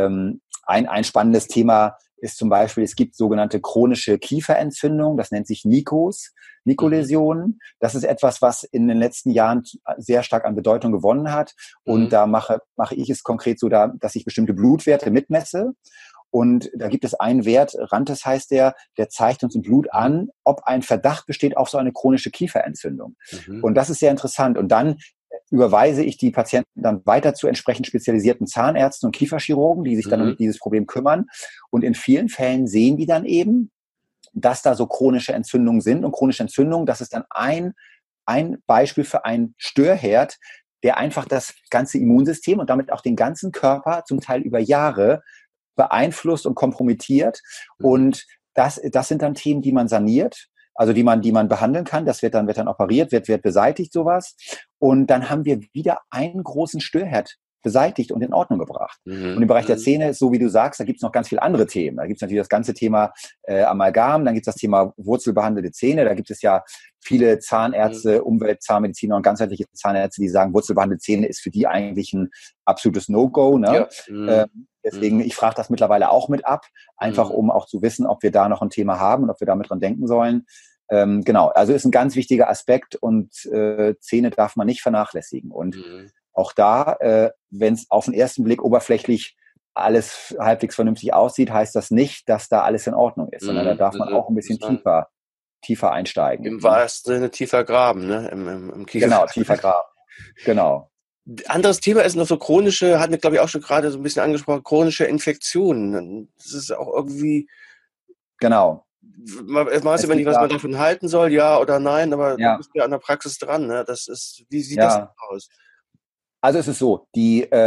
ein spannendes Thema ist zum Beispiel, es gibt sogenannte chronische Kieferentzündung, das nennt sich Nikoläsionen. Das ist etwas, was in den letzten Jahren sehr stark an Bedeutung gewonnen hat. Und da mache ich es konkret so, dass ich bestimmte Blutwerte mitmesse. Und da gibt es einen Wert, Rantes heißt der zeigt uns im Blut an, ob ein Verdacht besteht auf so eine chronische Kieferentzündung. Und das ist sehr interessant. Und dann überweise ich die Patienten dann weiter zu entsprechend spezialisierten Zahnärzten und Kieferchirurgen, die sich dann um dieses Problem kümmern. Und in vielen Fällen sehen die dann eben, dass da so chronische Entzündungen sind. Und chronische Entzündungen, das ist dann ein Beispiel für einen Störherd, der einfach das ganze Immunsystem und damit auch den ganzen Körper zum Teil über Jahre beeinflusst und kompromittiert. Und das sind dann Themen, die man saniert. Also die man behandeln kann, das wird dann operiert, wird beseitigt, sowas. Und dann haben wir wieder einen großen Störherd beseitigt und in Ordnung gebracht. Und im Bereich der Zähne ist so, wie du sagst, da gibt es noch ganz viele andere Themen. Da gibt es natürlich das ganze Thema Amalgam, dann gibt es das Thema wurzelbehandelte Zähne, da gibt es ja viele Zahnärzte, Umweltzahnmediziner und ganzheitliche Zahnärzte, die sagen, wurzelbehandelte Zähne ist für die eigentlich ein absolutes No-Go. Ne? Deswegen, ich frage das mittlerweile auch mit ab, einfach um auch zu wissen, ob wir da noch ein Thema haben und ob wir damit dran denken sollen. Genau, also ist ein ganz wichtiger Aspekt und Zähne darf man nicht vernachlässigen. Und auch da, wenn es auf den ersten Blick oberflächlich alles halbwegs vernünftig aussieht, heißt das nicht, dass da alles in Ordnung ist, sondern da darf man auch ein bisschen tiefer einsteigen. Im wahrsten Sinne tiefer graben, ne? Im Kiefer. Genau, tiefer graben. Genau. Anderes Thema ist noch so chronische, hatten wir glaube ich auch schon gerade so ein bisschen angesprochen, chronische Infektionen. Das ist auch irgendwie. Genau. Man weiß immer nicht, was man davon halten soll, ja oder nein, aber du bist ja an der Praxis dran. Ne? Wie sieht das aus? Also es ist so,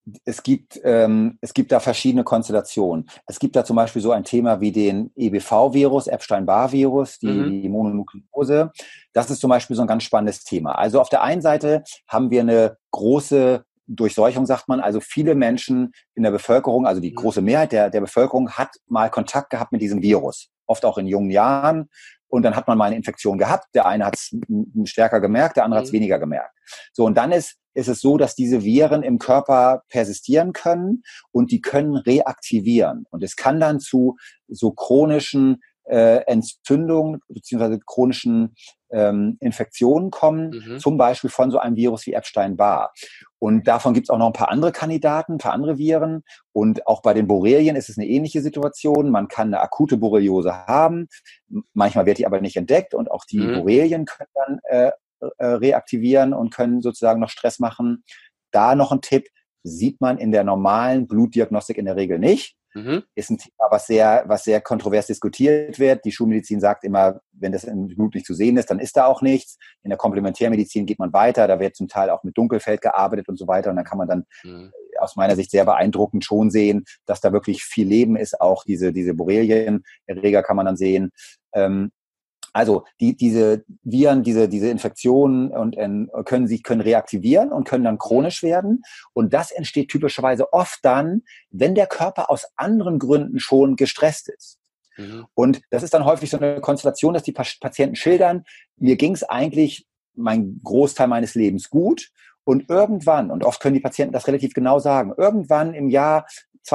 es gibt da verschiedene Konstellationen. Es gibt da zum Beispiel so ein Thema wie den EBV-Virus, Epstein-Barr-Virus, die Mononukleose. Das ist zum Beispiel so ein ganz spannendes Thema. Also auf der einen Seite haben wir eine große Durchseuchung, sagt man. Also viele Menschen in der Bevölkerung, also die große Mehrheit der Bevölkerung hat mal Kontakt gehabt mit diesem Virus. Oft auch in jungen Jahren. Und dann hat man mal eine Infektion gehabt. Der eine hat es stärker gemerkt, der andere hat es weniger gemerkt. So, und dann ist es so, dass diese Viren im Körper persistieren können und die können reaktivieren. Und es kann dann zu so chronischen Entzündungen beziehungsweise chronischen Infektionen kommen, zum Beispiel von so einem Virus wie Epstein-Barr. Und davon gibt es auch noch ein paar andere Kandidaten, ein paar andere Viren. Und auch bei den Borrelien ist es eine ähnliche Situation. Man kann eine akute Borreliose haben. Manchmal wird die aber nicht entdeckt. Und auch die Borrelien können dann reaktivieren und können sozusagen noch Stress machen. Da noch ein Tipp, sieht man in der normalen Blutdiagnostik in der Regel nicht. Ist ein Thema, was sehr kontrovers diskutiert wird. Die Schulmedizin sagt immer, wenn das im Blut nicht zu sehen ist, dann ist da auch nichts. In der Komplementärmedizin geht man weiter. Da wird zum Teil auch mit Dunkelfeld gearbeitet und so weiter. Und dann kann man dann aus meiner Sicht sehr beeindruckend schon sehen, dass da wirklich viel Leben ist. Auch diese Borrelienerreger kann man dann sehen. Also diese Viren, diese Infektionen können reaktivieren und können dann chronisch werden. Und das entsteht typischerweise oft dann, wenn der Körper aus anderen Gründen schon gestresst ist. Und das ist dann häufig so eine Konstellation, dass die Patienten schildern, mir ging es eigentlich mein Großteil meines Lebens gut. Und irgendwann, und oft können die Patienten das relativ genau sagen, irgendwann im Jahr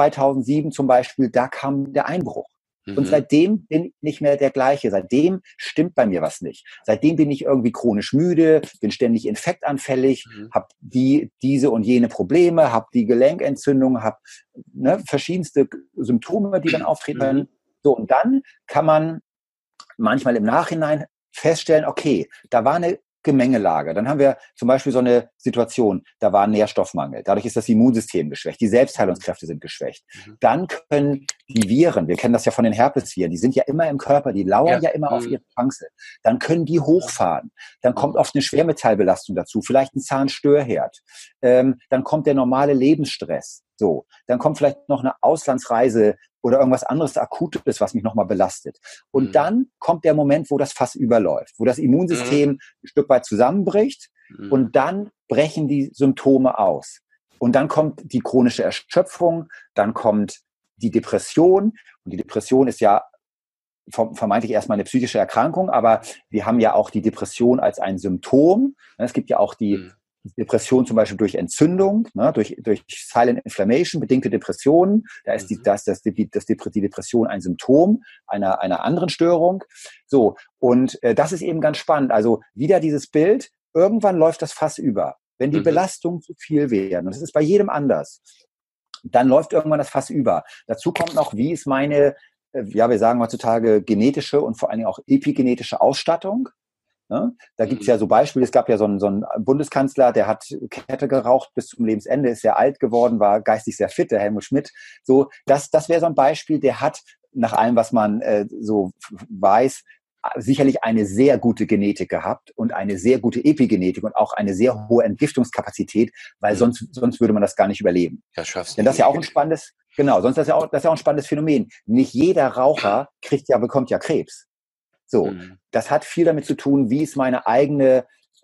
2007 zum Beispiel, da kam der Einbruch. Und seitdem bin ich nicht mehr der gleiche. Seitdem stimmt bei mir was nicht. Seitdem bin ich irgendwie chronisch müde, bin ständig infektanfällig, habe diese und jene Probleme, habe die Gelenkentzündung, habe verschiedenste Symptome, die dann auftreten. So, und dann kann man manchmal im Nachhinein feststellen, okay, da war eine Gemengelage. Dann haben wir zum Beispiel so eine Situation, da war ein Nährstoffmangel. Dadurch ist das Immunsystem geschwächt. Die Selbstheilungskräfte sind geschwächt. Dann können die Viren, wir kennen das ja von den Herpesviren, die sind ja immer im Körper, die lauern ja immer auf ihre Chance. Dann können die hochfahren. Dann kommt oft eine Schwermetallbelastung dazu, vielleicht ein Zahnstörherd. Dann kommt der normale Lebensstress. So, dann kommt vielleicht noch eine Auslandsreise oder irgendwas anderes Akutes, was mich nochmal belastet. Und dann kommt der Moment, wo das Fass überläuft, wo das Immunsystem ein Stück weit zusammenbricht und dann brechen die Symptome aus. Und dann kommt die chronische Erschöpfung, dann kommt die Depression. Und die Depression ist ja vermeintlich erstmal eine psychische Erkrankung, aber wir haben ja auch die Depression als ein Symptom. Es gibt ja auch die Depression zum Beispiel durch Entzündung, durch Silent Inflammation bedingte Depressionen. Da ist die Depression ein Symptom einer anderen Störung. So, und das ist eben ganz spannend. Also wieder dieses Bild, irgendwann läuft das Fass über. Wenn die Belastungen zu viel werden, und das ist bei jedem anders, dann läuft irgendwann das Fass über. Dazu kommt noch, wie ist meine, wir sagen heutzutage genetische und vor allen Dingen auch epigenetische Ausstattung. Ne? Da gibt's ja so Beispiele, es gab ja so einen Bundeskanzler, der hat Kette geraucht bis zum Lebensende, ist sehr alt geworden, war geistig sehr fit, der Helmut Schmidt. So, das wäre so ein Beispiel, der hat nach allem, was man so weiß, sicherlich eine sehr gute Genetik gehabt und eine sehr gute Epigenetik und auch eine sehr hohe Entgiftungskapazität, weil sonst würde man das gar nicht überleben. Ja, schaffst denn das ist ja auch ein spannendes, genau, das ist ja auch ein spannendes Phänomen. Nicht jeder Raucher bekommt ja Krebs. So, das hat viel damit zu tun, wie ist meine eigene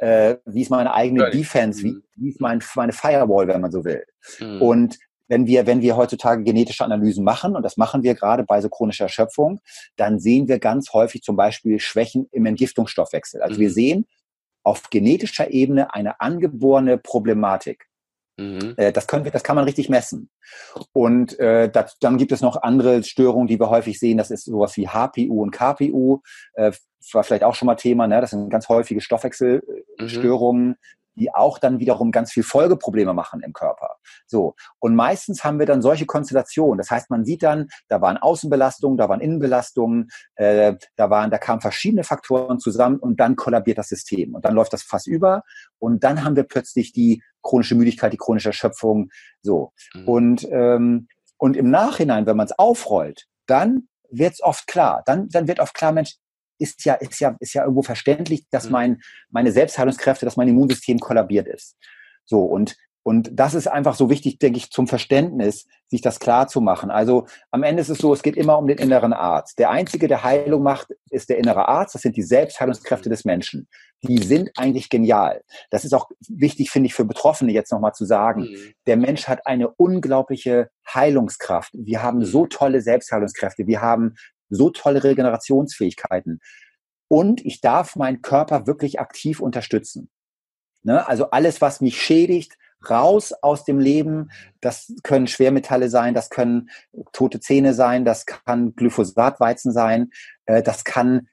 Defense, wie ist meine Firewall, wenn man so will. Und wenn wir heutzutage genetische Analysen machen, und das machen wir gerade bei so chronischer Erschöpfung, dann sehen wir ganz häufig zum Beispiel Schwächen im Entgiftungsstoffwechsel. Also wir sehen auf genetischer Ebene eine angeborene Problematik. Das kann man richtig messen. Und dann gibt es noch andere Störungen, die wir häufig sehen. Das ist sowas wie HPU und KPU. War vielleicht auch schon mal Thema. Ne? Das sind ganz häufige Stoffwechselstörungen, die auch dann wiederum ganz viel Folgeprobleme machen im Körper. So. Und meistens haben wir dann solche Konstellationen. Das heißt, man sieht dann, da waren Außenbelastungen, da waren Innenbelastungen, da kamen verschiedene Faktoren zusammen und dann kollabiert das System. Und dann läuft das Fass über und dann haben wir plötzlich die chronische Müdigkeit, die chronische Erschöpfung. So. Und im Nachhinein, wenn man es aufrollt, dann wird es oft klar. Dann wird oft klar, Mensch, ist ja irgendwo verständlich, dass meine Selbstheilungskräfte, dass mein Immunsystem kollabiert ist. So, und Und das ist einfach so wichtig, denke ich, zum Verständnis, sich das klar zu machen. Also am Ende ist es so, es geht immer um den inneren Arzt. Der Einzige, der Heilung macht, ist der innere Arzt. Das sind die Selbstheilungskräfte des Menschen. Die sind eigentlich genial. Das ist auch wichtig, finde ich, für Betroffene jetzt nochmal zu sagen. Der Mensch hat eine unglaubliche Heilungskraft. Wir haben so tolle Selbstheilungskräfte. Wir haben so tolle Regenerationsfähigkeiten. Und ich darf meinen Körper wirklich aktiv unterstützen. Ne? Also alles, was mich schädigt, raus aus dem Leben. Das können Schwermetalle sein, das können tote Zähne sein, das kann Glyphosatweizen sein, das können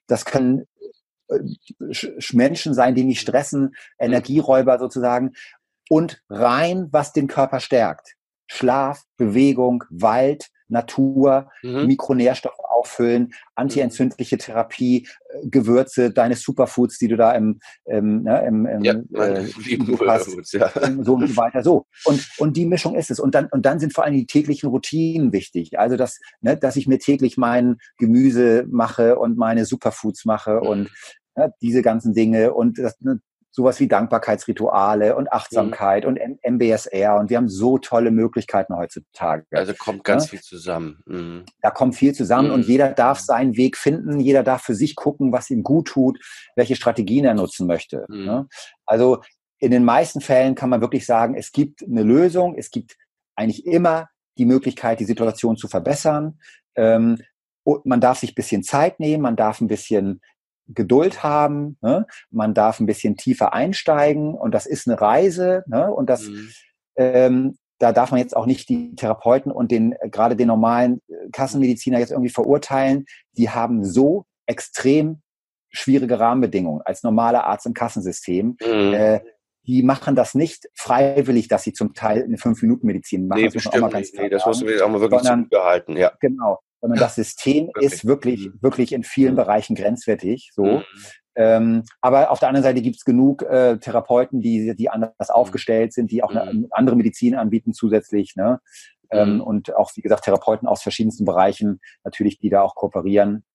Menschen sein, die mich stressen, Energieräuber sozusagen. Und rein, was den Körper stärkt. Schlaf, Bewegung, Wald, Natur, Mikronährstoffe auffüllen, antientzündliche Therapie, Gewürze, deine Superfoods, die du da im hast, so und so weiter. So. Und die Mischung ist es. Und dann sind vor allem die täglichen Routinen wichtig. Also dass ich mir täglich mein Gemüse mache und meine Superfoods mache und diese ganzen Dinge und sowas wie Dankbarkeitsrituale und Achtsamkeit und MBSR. Und wir haben so tolle Möglichkeiten heutzutage. Also kommt ganz viel zusammen. Da kommt viel zusammen und jeder darf seinen Weg finden. Jeder darf für sich gucken, was ihm gut tut, welche Strategien er nutzen möchte. Also in den meisten Fällen kann man wirklich sagen, es gibt eine Lösung. Es gibt eigentlich immer die Möglichkeit, die Situation zu verbessern. Und man darf sich ein bisschen Zeit nehmen. Man darf ein bisschen Geduld haben, ne? Man darf ein bisschen tiefer einsteigen und das ist eine Reise, ne? Und das, da darf man jetzt auch nicht die Therapeuten und gerade den normalen Kassenmediziner jetzt irgendwie verurteilen. Die haben so extrem schwierige Rahmenbedingungen als normaler Arzt im Kassensystem. Die machen das nicht freiwillig, dass sie zum Teil eine 5-Minuten-Medizin machen. Nee, das muss man auch mal ganz klar das muss man auch mal wirklich zugehalten, ja. Genau. Sondern das System ist wirklich in vielen Bereichen grenzwertig. So. Aber auf der anderen Seite gibt es genug Therapeuten, die anders aufgestellt sind, die auch eine andere Medizin anbieten zusätzlich. Ne? Und auch, wie gesagt, Therapeuten aus verschiedensten Bereichen natürlich, die da auch kooperieren.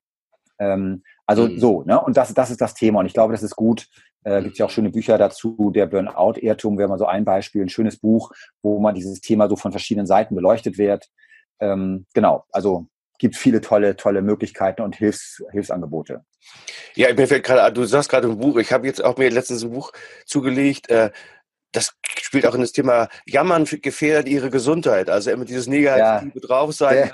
So, ne? Und das ist das Thema. Und ich glaube, das ist gut. Gibt es ja auch schöne Bücher dazu. Der Burnout-Irrtum wäre mal so ein Beispiel, ein schönes Buch, wo man dieses Thema so von verschiedenen Seiten beleuchtet wird. Genau, also gibt viele tolle Möglichkeiten und Hilfsangebote. Ja, mir fällt gerade, du sagst gerade ein Buch, ich habe jetzt auch mir letztens ein Buch zugelegt, das spielt auch in das Thema Jammern gefährdet ihre Gesundheit, also immer dieses negative Draufsein,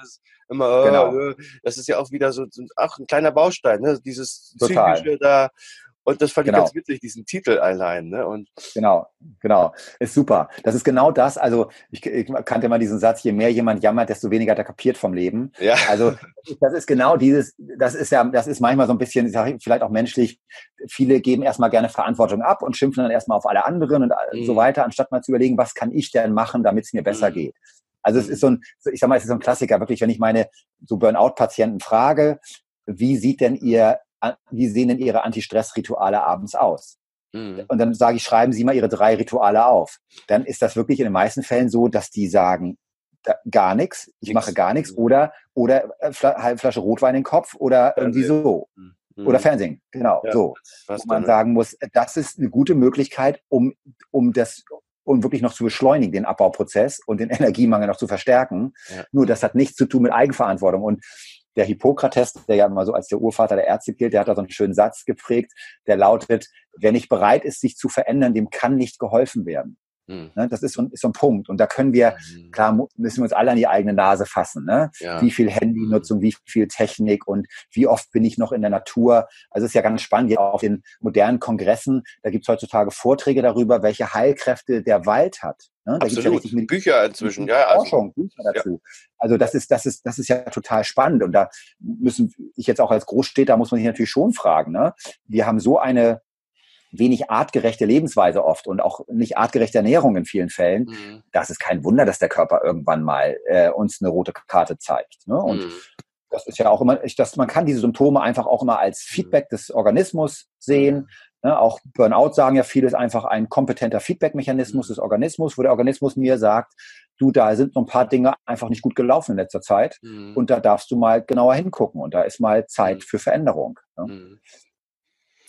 das ist ja auch wieder so auch ein kleiner Baustein, ne? Dieses Psychische da. Und das fand ich ganz witzig, diesen Titel allein. Ne? Und genau. Ist super. Das ist genau das. Also ich kannte mal diesen Satz, je mehr jemand jammert, desto weniger hat er kapiert vom Leben. Ja. Also das ist genau das ist manchmal so ein bisschen, vielleicht auch menschlich, viele geben erstmal gerne Verantwortung ab und schimpfen dann erstmal auf alle anderen und so weiter, anstatt mal zu überlegen, was kann ich denn machen, damit es mir besser geht. Also es ist es ist so ein Klassiker, wirklich, wenn ich meine so Burnout-Patienten frage, wie sehen denn Ihre Anti-Stress-Rituale abends aus? Und dann sage ich, schreiben Sie mal Ihre 3 Rituale auf. Dann ist das wirklich in den meisten Fällen so, dass die sagen, gar nichts, ich mache gar nichts oder halbe Flasche Rotwein in den Kopf oder irgendwie so. Oder Fernsehen, genau, so. Wo man sagen muss, das ist eine gute Möglichkeit, um wirklich noch zu beschleunigen, den Abbauprozess und den Energiemangel noch zu verstärken. Ja. Nur das hat nichts zu tun mit Eigenverantwortung. Und der Hippokrates, der ja immer so als der Urvater der Ärzte gilt, der hat da so einen schönen Satz geprägt, der lautet, wer nicht bereit ist, sich zu verändern, dem kann nicht geholfen werden. Ne, das ist so ein Punkt. Und da können wir, klar, müssen wir uns alle an die eigene Nase fassen. Ne? Ja. Wie viel Handynutzung, wie viel Technik und wie oft bin ich noch in der Natur? Also es ist ja ganz spannend, ja, auf den modernen Kongressen, da gibt es heutzutage Vorträge darüber, welche Heilkräfte der Wald hat. Ne? Da gibt es ja richtig Bücher inzwischen, Forschung, Bücher dazu. Also das ist ja total spannend. Und da ich jetzt auch als Großstädter muss man sich natürlich schon fragen, ne? Wir haben so eine wenig artgerechte Lebensweise oft und auch nicht artgerechte Ernährung in vielen Fällen. Das ist kein Wunder, dass der Körper irgendwann mal uns eine rote Karte zeigt. Ne? Und das ist ja auch immer, man kann diese Symptome einfach auch immer als Feedback des Organismus sehen. Ne? Auch Burnout sagen ja viele, ist einfach ein kompetenter Feedback-Mechanismus des Organismus, wo der Organismus mir sagt, du, da sind so ein paar Dinge einfach nicht gut gelaufen in letzter Zeit und da darfst du mal genauer hingucken und da ist mal Zeit für Veränderung. Ne?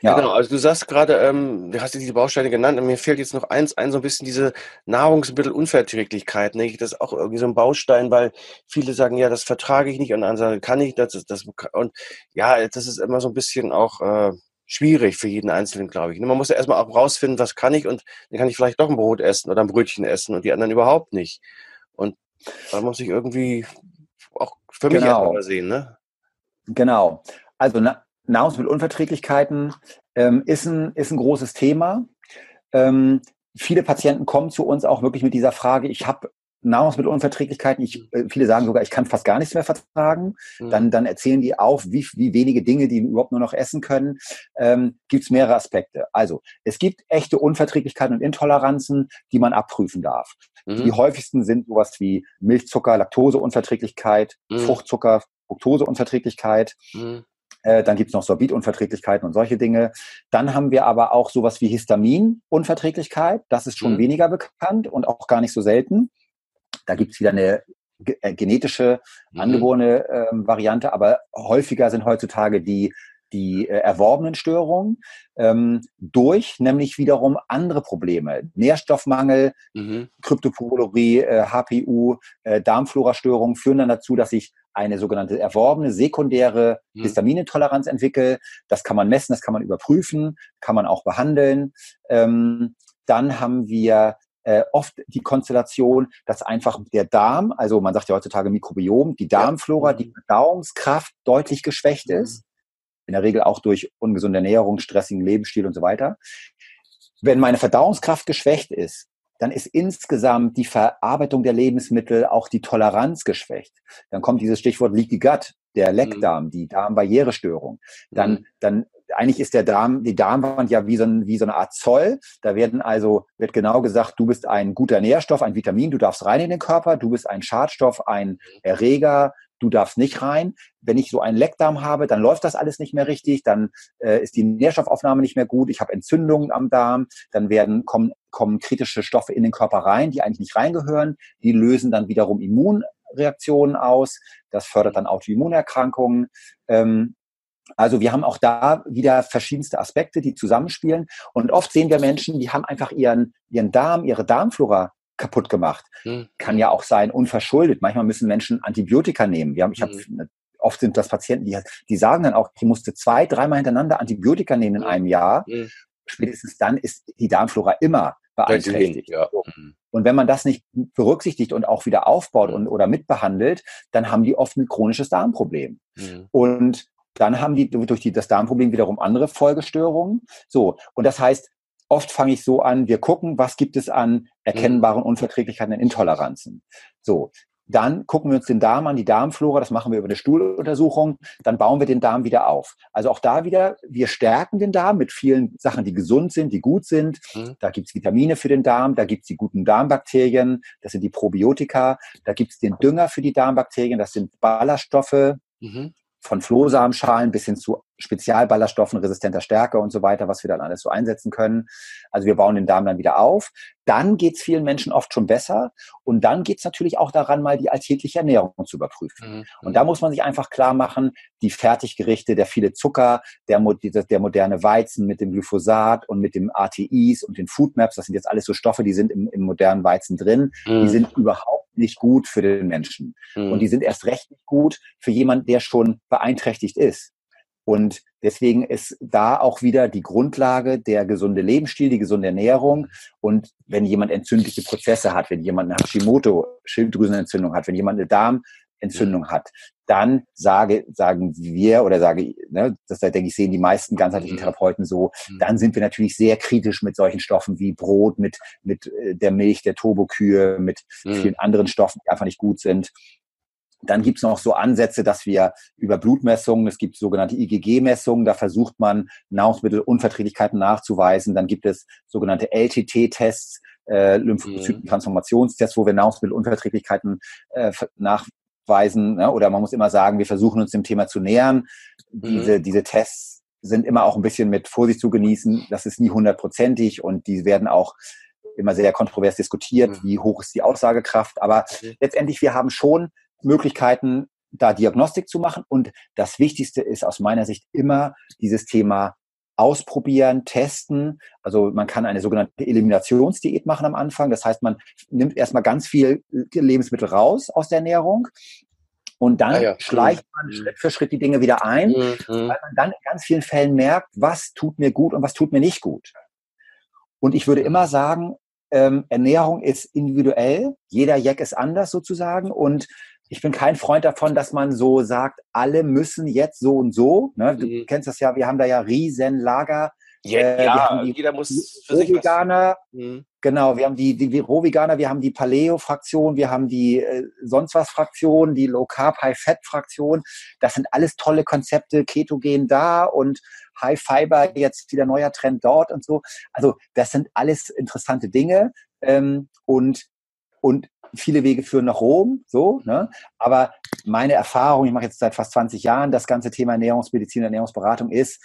Genau, Ja, also du sagst gerade, du hast ja diese Bausteine genannt und mir fällt jetzt noch eins ein, so ein bisschen diese Nahrungsmittelunverträglichkeit, ne? Das ist auch irgendwie so ein Baustein, weil viele sagen, ja, das vertrage ich nicht und andere sagen, kann ich, und ja, das ist immer so ein bisschen auch schwierig für jeden Einzelnen, glaube ich. Ne? Man muss ja erstmal auch rausfinden, was kann ich und dann kann ich vielleicht doch ein Brot essen oder ein Brötchen essen und die anderen überhaupt nicht. Und da muss ich irgendwie auch für mich erstmal mal genau. sehen, ne? Genau. Also Nahrungsmittelunverträglichkeiten ist ein großes Thema. Ähm, Viele Patienten kommen zu uns auch wirklich mit dieser Frage, ich habe Nahrungsmittelunverträglichkeiten, viele sagen sogar, ich kann fast gar nichts mehr vertragen. Mhm. Dann erzählen die auf, wie wenige Dinge die überhaupt nur noch essen können. Gibt es mehrere Aspekte. Also es gibt echte Unverträglichkeiten und Intoleranzen, die man abprüfen darf. Die Mhm. häufigsten sind sowas wie Milchzucker, Laktoseunverträglichkeit, Mhm. Fruchtzucker, Fructoseunverträglichkeit. Mhm. Dann gibt's noch Sorbitunverträglichkeiten und solche Dinge. Dann haben wir aber auch sowas wie Histaminunverträglichkeit. Das ist schon Mhm. weniger bekannt und auch gar nicht so selten. Da gibt's wieder eine genetische, Mhm. angeborene Variante, aber häufiger sind heutzutage die erworbenen Störungen durch nämlich wiederum andere Probleme. Nährstoffmangel, Mhm. Kryptopyrurie, HPU, Darmflorastörungen führen dann dazu, dass ich eine sogenannte erworbene sekundäre Mhm. Histaminintoleranz entwickle. Das kann man messen, das kann man überprüfen, kann man auch behandeln. Dann haben wir oft die Konstellation, dass einfach der Darm, also man sagt ja heutzutage Mikrobiom, die Ja. Darmflora, die Mhm. Verdauungskraft deutlich geschwächt Mhm. ist. In der Regel auch durch ungesunde Ernährung, stressigen Lebensstil und so weiter. Wenn meine Verdauungskraft geschwächt ist, dann ist insgesamt die Verarbeitung der Lebensmittel, auch die Toleranz geschwächt. Dann kommt dieses Stichwort Leaky Gut, der Mhm. Leckdarm, die Darmbarrierestörung. Mhm. Dann eigentlich ist die Darmwand ja wie so eine Art Zoll. Wird genau gesagt, du bist ein guter Nährstoff, ein Vitamin, du darfst rein in den Körper, du bist ein Schadstoff, ein Erreger, du darfst nicht rein. Wenn ich so einen Leckdarm habe, dann läuft das alles nicht mehr richtig, dann ist die Nährstoffaufnahme nicht mehr gut, ich habe Entzündungen am Darm, kommen kritische Stoffe in den Körper rein, die eigentlich nicht reingehören, die lösen dann wiederum Immunreaktionen aus, das fördert dann Autoimmunerkrankungen. Also wir haben auch da wieder verschiedenste Aspekte, die zusammenspielen. Und oft sehen wir Menschen, die haben einfach ihren Darm, ihre Darmflora kaputt gemacht. Mhm. Kann ja auch sein, unverschuldet. Manchmal müssen Menschen Antibiotika nehmen. Mhm. Oft sind das Patienten, die sagen dann auch, ich musste 2, dreimal hintereinander Antibiotika nehmen in Mhm. einem Jahr. Mhm. Spätestens dann ist die Darmflora immer Gesehen, beeinträchtigt. ja. So. Mhm. Und wenn man das nicht berücksichtigt und auch wieder aufbaut Mhm. oder mitbehandelt, dann haben die oft ein chronisches Darmproblem. Mhm. Und dann haben die das Darmproblem wiederum andere Folgestörungen. So. Und das heißt, oft fange ich so an, wir gucken, was gibt es an Mhm. erkennbaren Unverträglichkeiten und Intoleranzen. So. Dann gucken wir uns den Darm an, die Darmflora, das machen wir über eine Stuhluntersuchung, dann bauen wir den Darm wieder auf. Also auch da wieder, wir stärken den Darm mit vielen Sachen, die gesund sind, die gut sind. Mhm. Da gibt's Vitamine für den Darm, da gibt's die guten Darmbakterien, das sind die Probiotika, da gibt's den Dünger für die Darmbakterien, das sind Ballaststoffe, Mhm. von Flohsamenschalen bis hin zu Spezialballaststoffen, resistenter Stärke und so weiter, was wir dann alles so einsetzen können. Also wir bauen den Darm dann wieder auf. Dann geht's vielen Menschen oft schon besser. Und dann geht's natürlich auch daran, mal die alltägliche Ernährung zu überprüfen. Mhm. Und da muss man sich einfach klar machen, die Fertiggerichte, der viele Zucker, der moderne Weizen mit dem Glyphosat und mit dem ATIs und den Foodmaps, das sind jetzt alles so Stoffe, die sind im modernen Weizen drin, die Mhm. sind überhaupt nicht gut für den Menschen. Und Mhm. die sind erst recht nicht gut für jemanden, der schon beeinträchtigt ist. Und deswegen ist da auch wieder die Grundlage der gesunde Lebensstil, die gesunde Ernährung. Und wenn jemand entzündliche Prozesse hat, wenn jemand eine Hashimoto, Schilddrüsenentzündung hat, wenn jemand eine Mhm. Darmentzündung hat, dann sagen wir oder das denke ich, sehen die meisten ganzheitlichen Mhm. Therapeuten so, Mhm. dann sind wir natürlich sehr kritisch mit solchen Stoffen wie Brot, mit der Milch der Turbokühe, mit Mhm. vielen anderen Stoffen, die einfach nicht gut sind. Dann gibt's noch so Ansätze, dass wir über Blutmessungen, es gibt sogenannte IgG-Messungen, da versucht man Nahrungsmittelunverträglichkeiten nachzuweisen. Dann gibt es sogenannte LTT-Tests, Mhm. Lymphozyten-Transformationstests, wo wir Nahrungsmittelunverträglichkeiten nachweisen. Ne? Oder man muss immer sagen, wir versuchen uns dem Thema zu nähern. Mhm. Diese Tests sind immer auch ein bisschen mit Vorsicht zu genießen. Das ist nie hundertprozentig und die werden auch immer sehr kontrovers diskutiert, Mhm. wie hoch ist die Aussagekraft. Aber Mhm. letztendlich, wir haben schon Möglichkeiten, da Diagnostik zu machen. Und das Wichtigste ist aus meiner Sicht immer dieses Thema ausprobieren, testen. Also man kann eine sogenannte Eliminationsdiät machen am Anfang. Das heißt, man nimmt erstmal ganz viel Lebensmittel raus aus der Ernährung und dann ja. schleicht man Schritt für Schritt die Dinge wieder ein, weil man dann in ganz vielen Fällen merkt, was tut mir gut und was tut mir nicht gut. Und ich würde immer sagen, Ernährung ist individuell. Jeder Jack ist anders sozusagen. Und ich bin kein Freund davon, dass man so sagt, alle müssen jetzt so und so. Ne? Du kennst das ja, wir haben da ja riesen Lager. Wir haben die jeder muss für sich Rohveganer, genau, wir haben die Rohveganer, wir haben die Paleo-Fraktion, wir haben die sonst was Fraktion, die Low Carb, High Fat Fraktion. Das sind alles tolle Konzepte, Ketogen da und High Fiber, jetzt wieder neuer Trend dort und so. Also das sind alles interessante Dinge und viele Wege führen nach Rom, so, ne? Aber meine Erfahrung, ich mache jetzt seit fast 20 Jahren das ganze Thema Ernährungsmedizin und Ernährungsberatung ist,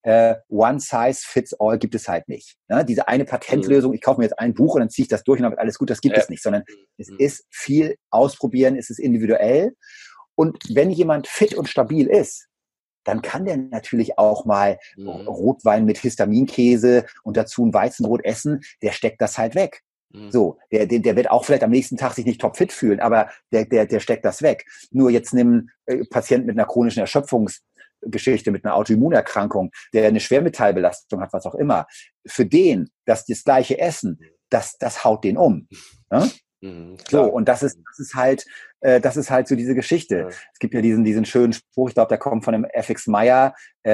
one size fits all gibt es halt nicht. Ne? Diese eine Patentlösung, ich kaufe mir jetzt ein Buch und dann ziehe ich das durch und dann wird alles gut, das gibt es nicht, sondern es ist viel ausprobieren, es ist individuell. Und wenn jemand fit und stabil ist, dann kann der natürlich auch mal Rotwein mit Histaminkäse und dazu ein Weizenbrot essen, der steckt das halt weg. So, der wird auch vielleicht am nächsten Tag sich nicht topfit fühlen, aber der steckt das weg. Nur jetzt nimm Patienten mit einer chronischen Erschöpfungsgeschichte, mit einer Autoimmunerkrankung, der eine Schwermetallbelastung hat, was auch immer. Für den, das gleiche Essen, das haut den um. Ne? So, und das ist halt so diese Geschichte. Ja. Es gibt ja diesen schönen Spruch, ich glaube, der kommt von dem FX Meyer,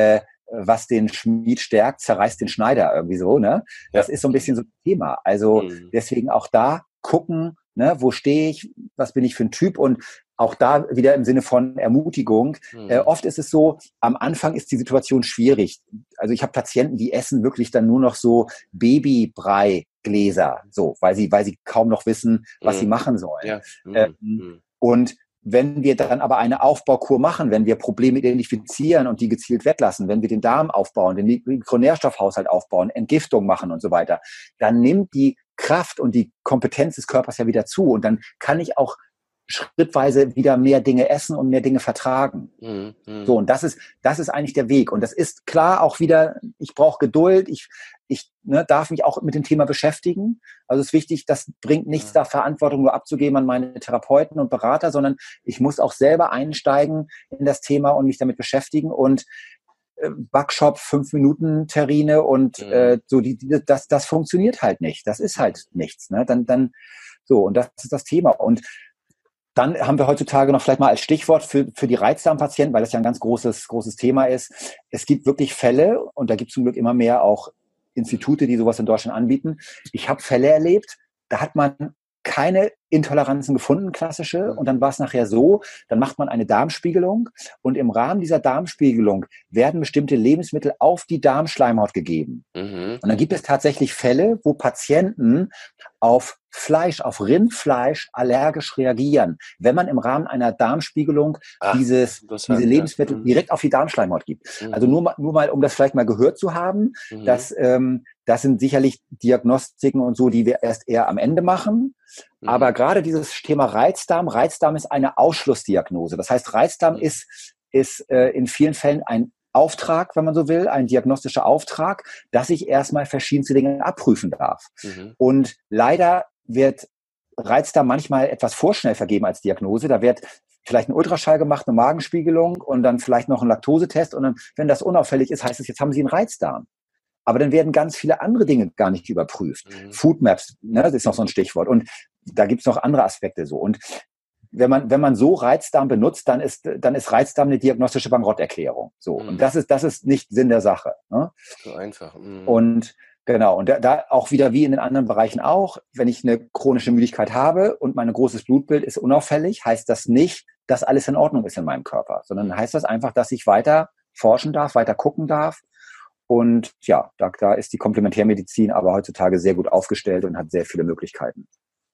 was den Schmied stärkt, zerreißt den Schneider irgendwie so, ne? Das ist so ein bisschen so ein Thema. Also deswegen auch da gucken, ne, wo stehe ich, was bin ich für ein Typ und auch da wieder im Sinne von Ermutigung. Oft ist es so, am Anfang ist die Situation schwierig. Also ich habe Patienten, die essen wirklich dann nur noch so Babybrei-Gläser, so, weil sie kaum noch wissen, was sie machen sollen. Ja. Und wenn wir dann aber eine Aufbaukur machen, wenn wir Probleme identifizieren und die gezielt weglassen, wenn wir den Darm aufbauen, den Mikronährstoffhaushalt aufbauen, Entgiftung machen und so weiter, dann nimmt die Kraft und die Kompetenz des Körpers ja wieder zu und dann kann ich auch schrittweise wieder mehr Dinge essen und mehr Dinge vertragen. So, und das ist eigentlich der Weg. Und das ist klar auch wieder, ich brauche Geduld, ich darf mich auch mit dem Thema beschäftigen. Also es ist wichtig, das bringt nichts da, Verantwortung nur abzugeben an meine Therapeuten und Berater, sondern ich muss auch selber einsteigen in das Thema und mich damit beschäftigen und Backshop, 5-Minuten-Terrine und so das funktioniert halt nicht. Das ist halt nichts. Ne? Dann so, und das ist das Thema. Und dann haben wir heutzutage noch vielleicht mal als Stichwort für die Reizdarmpatienten, weil das ja ein ganz großes Thema ist. Es gibt wirklich Fälle, und da gibt es zum Glück immer mehr auch Institute, die sowas in Deutschland anbieten. Ich habe Fälle erlebt, da hat man keine Intoleranzen gefunden, klassische, und dann war es nachher so, dann macht man eine Darmspiegelung und im Rahmen dieser Darmspiegelung werden bestimmte Lebensmittel auf die Darmschleimhaut gegeben. Und dann gibt es tatsächlich Fälle, wo Patienten auf Fleisch, auf Rindfleisch allergisch reagieren, wenn man im Rahmen einer Darmspiegelung diese Lebensmittel direkt auf die Darmschleimhaut gibt. Also nur mal, um das vielleicht mal gehört zu haben, das sind sicherlich Diagnostiken und so, die wir erst eher am Ende machen. Aber gerade dieses Thema Reizdarm ist eine Ausschlussdiagnose. Das heißt, Reizdarm ist in vielen Fällen ein Auftrag, wenn man so will, ein diagnostischer Auftrag, dass ich erstmal verschiedenste Dinge abprüfen darf. Und leider wird Reizdarm manchmal etwas vorschnell vergeben als Diagnose. Da wird vielleicht ein Ultraschall gemacht, eine Magenspiegelung und dann vielleicht noch ein Laktosetest. Und dann, wenn das unauffällig ist, heißt es, jetzt haben Sie einen Reizdarm. Aber dann werden ganz viele andere Dinge gar nicht überprüft. Foodmaps, ne, das ist noch so ein Stichwort. Und da gibt's noch andere Aspekte so. Und wenn man so Reizdarm benutzt, dann ist Reizdarm eine diagnostische Bankrotterklärung. So. Und das ist nicht Sinn der Sache. Ne? So einfach. Und genau. Und da auch wieder wie in den anderen Bereichen auch, wenn ich eine chronische Müdigkeit habe und mein großes Blutbild ist unauffällig, heißt das nicht, dass alles in Ordnung ist in meinem Körper, sondern heißt das einfach, dass ich weiter forschen darf, weiter gucken darf. Und ja, da ist die Komplementärmedizin aber heutzutage sehr gut aufgestellt und hat sehr viele Möglichkeiten.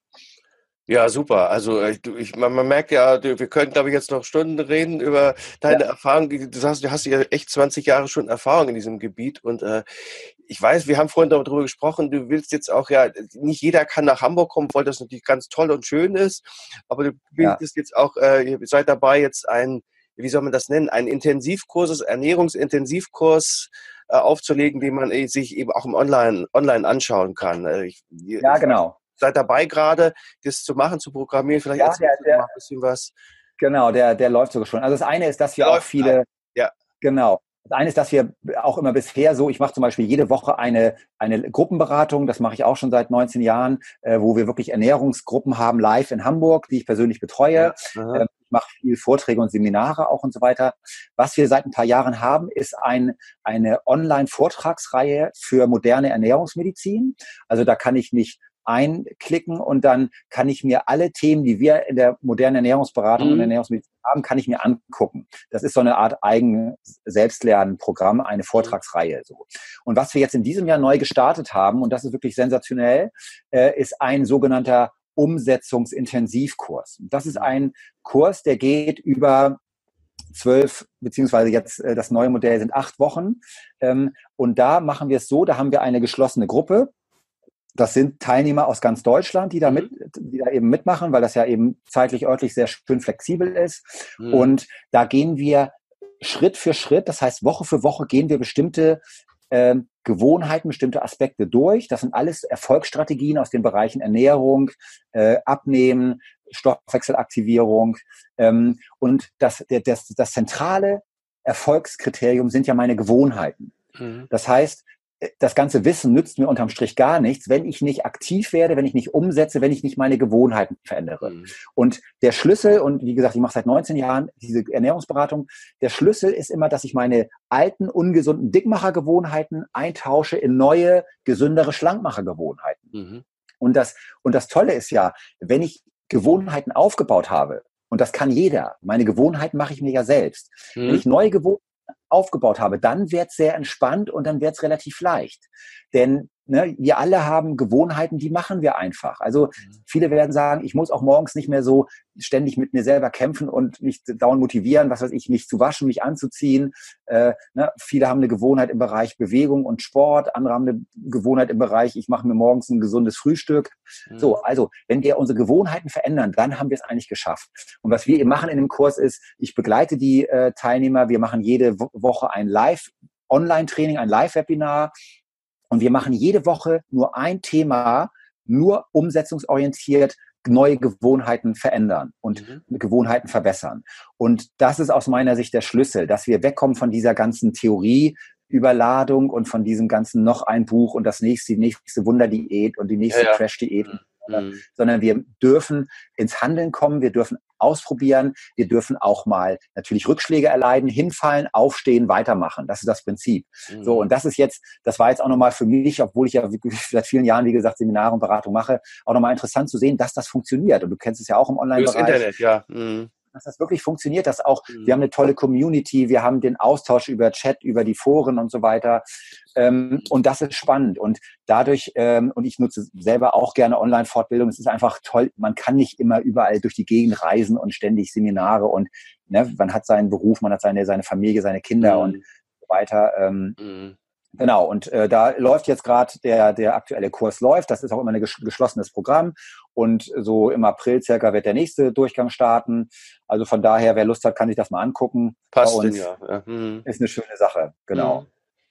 Ja, super. Also man merkt ja, wir können, glaube ich, jetzt noch Stunden reden über deine Erfahrung. Du sagst, du hast ja echt 20 Jahre schon Erfahrung in diesem Gebiet. Und ich weiß, wir haben vorhin darüber gesprochen, du willst jetzt auch, ja, nicht jeder kann nach Hamburg kommen, weil das natürlich ganz toll und schön ist. Aber du willst jetzt auch, ihr seid dabei, jetzt wie soll man das nennen, ein Intensivkurs, Ernährungsintensivkurs aufzulegen, die man sich eben auch im Online anschauen kann. Ja, genau. Seid dabei gerade, das zu machen, zu programmieren. Vielleicht Ja, erzählst du noch mal ein bisschen was. genau, der läuft sogar schon. Also das eine ist, dass Der wir auch läuft gerade. viele, Ja. genau. Das eine ist, dass wir auch immer bisher so, ich mache zum Beispiel jede Woche eine Gruppenberatung, das mache ich auch schon seit 19 Jahren, wo wir wirklich Ernährungsgruppen haben, live in Hamburg, die ich persönlich betreue. Ja. Ich mache viel Vorträge und Seminare auch und so weiter. Was wir seit ein paar Jahren haben, ist eine Online-Vortragsreihe für moderne Ernährungsmedizin. Also da kann ich mich einklicken und dann kann ich mir alle Themen, die wir in der modernen Ernährungsberatung und Ernährungsmedizin haben, kann ich mir angucken. Das ist so eine Art eigenes Selbstlernprogramm, eine Vortragsreihe. So. Und was wir jetzt in diesem Jahr neu gestartet haben, und das ist wirklich sensationell, ist ein sogenannter Umsetzungsintensivkurs. Das ist ein Kurs, der geht über 12, beziehungsweise jetzt das neue Modell sind 8 Wochen. Und da machen wir es so, da haben wir eine geschlossene Gruppe. Das sind Teilnehmer aus ganz Deutschland, die da eben mitmachen, weil das ja eben zeitlich, örtlich sehr schön flexibel ist. Und da gehen wir Schritt für Schritt, das heißt Woche für Woche gehen wir bestimmte Gewohnheiten, bestimmte Aspekte durch. Das sind alles Erfolgsstrategien aus den Bereichen Ernährung, Abnehmen, Stoffwechselaktivierung. Und das zentrale Erfolgskriterium sind ja meine Gewohnheiten. Das heißt, das ganze Wissen nützt mir unterm Strich gar nichts, wenn ich nicht aktiv werde, wenn ich nicht umsetze, wenn ich nicht meine Gewohnheiten verändere. Und der Schlüssel, und wie gesagt, ich mache seit 19 Jahren diese Ernährungsberatung, der Schlüssel ist immer, dass ich meine alten, ungesunden Dickmachergewohnheiten eintausche in neue, gesündere Schlankmachergewohnheiten. Und das Tolle ist ja, wenn ich Gewohnheiten aufgebaut habe, und das kann jeder, meine Gewohnheiten mache ich mir ja selbst. Wenn ich neue Gewohnheiten aufgebaut habe, dann wird es sehr entspannt und dann wird es relativ leicht. Denn wir alle haben Gewohnheiten, die machen wir einfach. Also viele werden sagen, ich muss auch morgens nicht mehr so ständig mit mir selber kämpfen und mich dauernd motivieren, was weiß ich, mich zu waschen, mich anzuziehen. Viele haben eine Gewohnheit im Bereich Bewegung und Sport, andere haben eine Gewohnheit im Bereich, ich mache mir morgens ein gesundes Frühstück. So, also wenn wir unsere Gewohnheiten verändern, dann haben wir es eigentlich geschafft. Und was wir eben machen in dem Kurs ist, ich begleite die Teilnehmer, wir machen jede Woche ein Live-Online-Training, ein Live-Webinar. Und wir machen jede Woche nur ein Thema, nur umsetzungsorientiert, neue Gewohnheiten verändern und Gewohnheiten verbessern. Und das ist aus meiner Sicht der Schlüssel, dass wir wegkommen von dieser ganzen Theorieüberladung und von diesem ganzen noch ein Buch und die nächste Wunderdiät und die nächste Crash-Diät. Sondern wir dürfen ins Handeln kommen, wir dürfen ausprobieren, wir dürfen auch mal natürlich Rückschläge erleiden, hinfallen, aufstehen, weitermachen. Das ist das Prinzip. So, und das war jetzt auch nochmal für mich, obwohl ich ja seit vielen Jahren, wie gesagt, Seminare und Beratung mache, auch nochmal interessant zu sehen, dass das funktioniert. Und du kennst es ja auch im Online-Bereich. Durchs Internet, ja. Dass das wirklich funktioniert, dass auch, wir haben eine tolle Community, wir haben den Austausch über Chat, über die Foren und so weiter. Und das ist spannend. Und dadurch, und ich nutze selber auch gerne Online-Fortbildung, es ist einfach toll, man kann nicht immer überall durch die Gegend reisen und ständig Seminare und man hat seinen Beruf, man hat seine Familie, seine Kinder und so weiter. Genau, und da läuft jetzt gerade der aktuelle Kurs läuft. Das ist auch immer ein geschlossenes Programm. Und so im April circa wird der nächste Durchgang starten. Also von daher, wer Lust hat, kann sich das mal angucken. Passt bei uns. Ja. Ist eine schöne Sache, genau.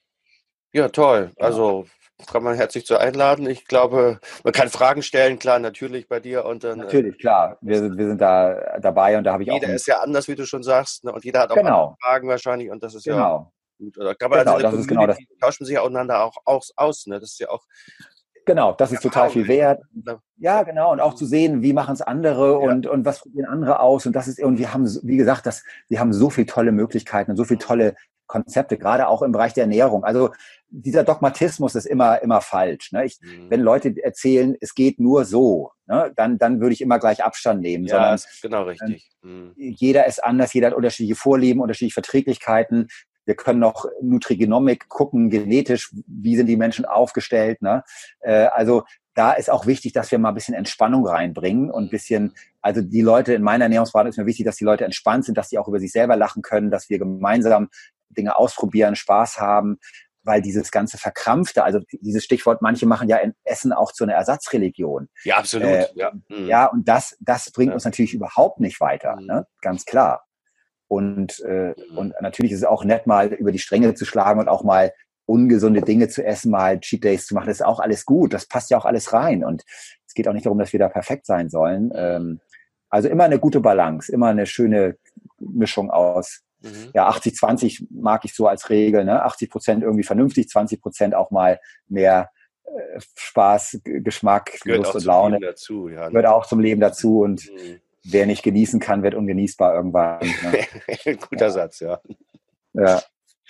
Ja, toll. Genau. Also kann man herzlich zu einladen. Ich glaube, man kann Fragen stellen, klar, natürlich bei dir. Und dann, natürlich, klar. Wir sind da dabei und da habe ich jeder ist ja anders, wie du schon sagst. Ne? Und jeder hat auch andere Fragen wahrscheinlich. Und das ist ja gut. Oder kann man das ist genau das. Tauschen sich untereinander auch aus. Ne? Das ist ja auch. Genau, das ist total viel wert. Ja, genau. Und auch zu sehen, wie machen es andere und was probieren andere aus. Und wir haben, wie gesagt, wir haben so viele tolle Möglichkeiten und so viele tolle Konzepte, gerade auch im Bereich der Ernährung. Also dieser Dogmatismus ist immer falsch. Ne? Wenn Leute erzählen, es geht nur so, ne? dann würde ich immer gleich Abstand nehmen. Ja, sondern, ist genau richtig. Jeder ist anders, jeder hat unterschiedliche Vorlieben, unterschiedliche Verträglichkeiten. Wir können noch Nutrigenomik gucken, genetisch, wie sind die Menschen aufgestellt. Ne? Also da ist auch wichtig, dass wir mal ein bisschen Entspannung reinbringen und ein bisschen, also die Leute in meiner Ernährungsberatung ist mir wichtig, dass die Leute entspannt sind, dass die auch über sich selber lachen können, dass wir gemeinsam Dinge ausprobieren, Spaß haben, weil dieses ganze Verkrampfte, also dieses Stichwort, manche machen ja Essen auch zu einer Ersatzreligion. Ja, absolut. Ja, und das bringt uns natürlich überhaupt nicht weiter, ne? Ganz klar. Und natürlich ist es auch nett, mal über die Stränge zu schlagen und auch mal ungesunde Dinge zu essen, mal Cheat Days zu machen, das ist auch alles gut. Das passt ja auch alles rein. Und es geht auch nicht darum, dass wir da perfekt sein sollen. Also immer eine gute Balance, immer eine schöne Mischung aus. Ja, 80-20 mag ich so als Regel, ne? 80% irgendwie vernünftig, 20% auch mal mehr Spaß, Geschmack, Lust und Laune. Dazu, ja, gehört auch zum Leben dazu. Und wer nicht genießen kann, wird ungenießbar irgendwann. Ne? Guter Satz, ja. Ja,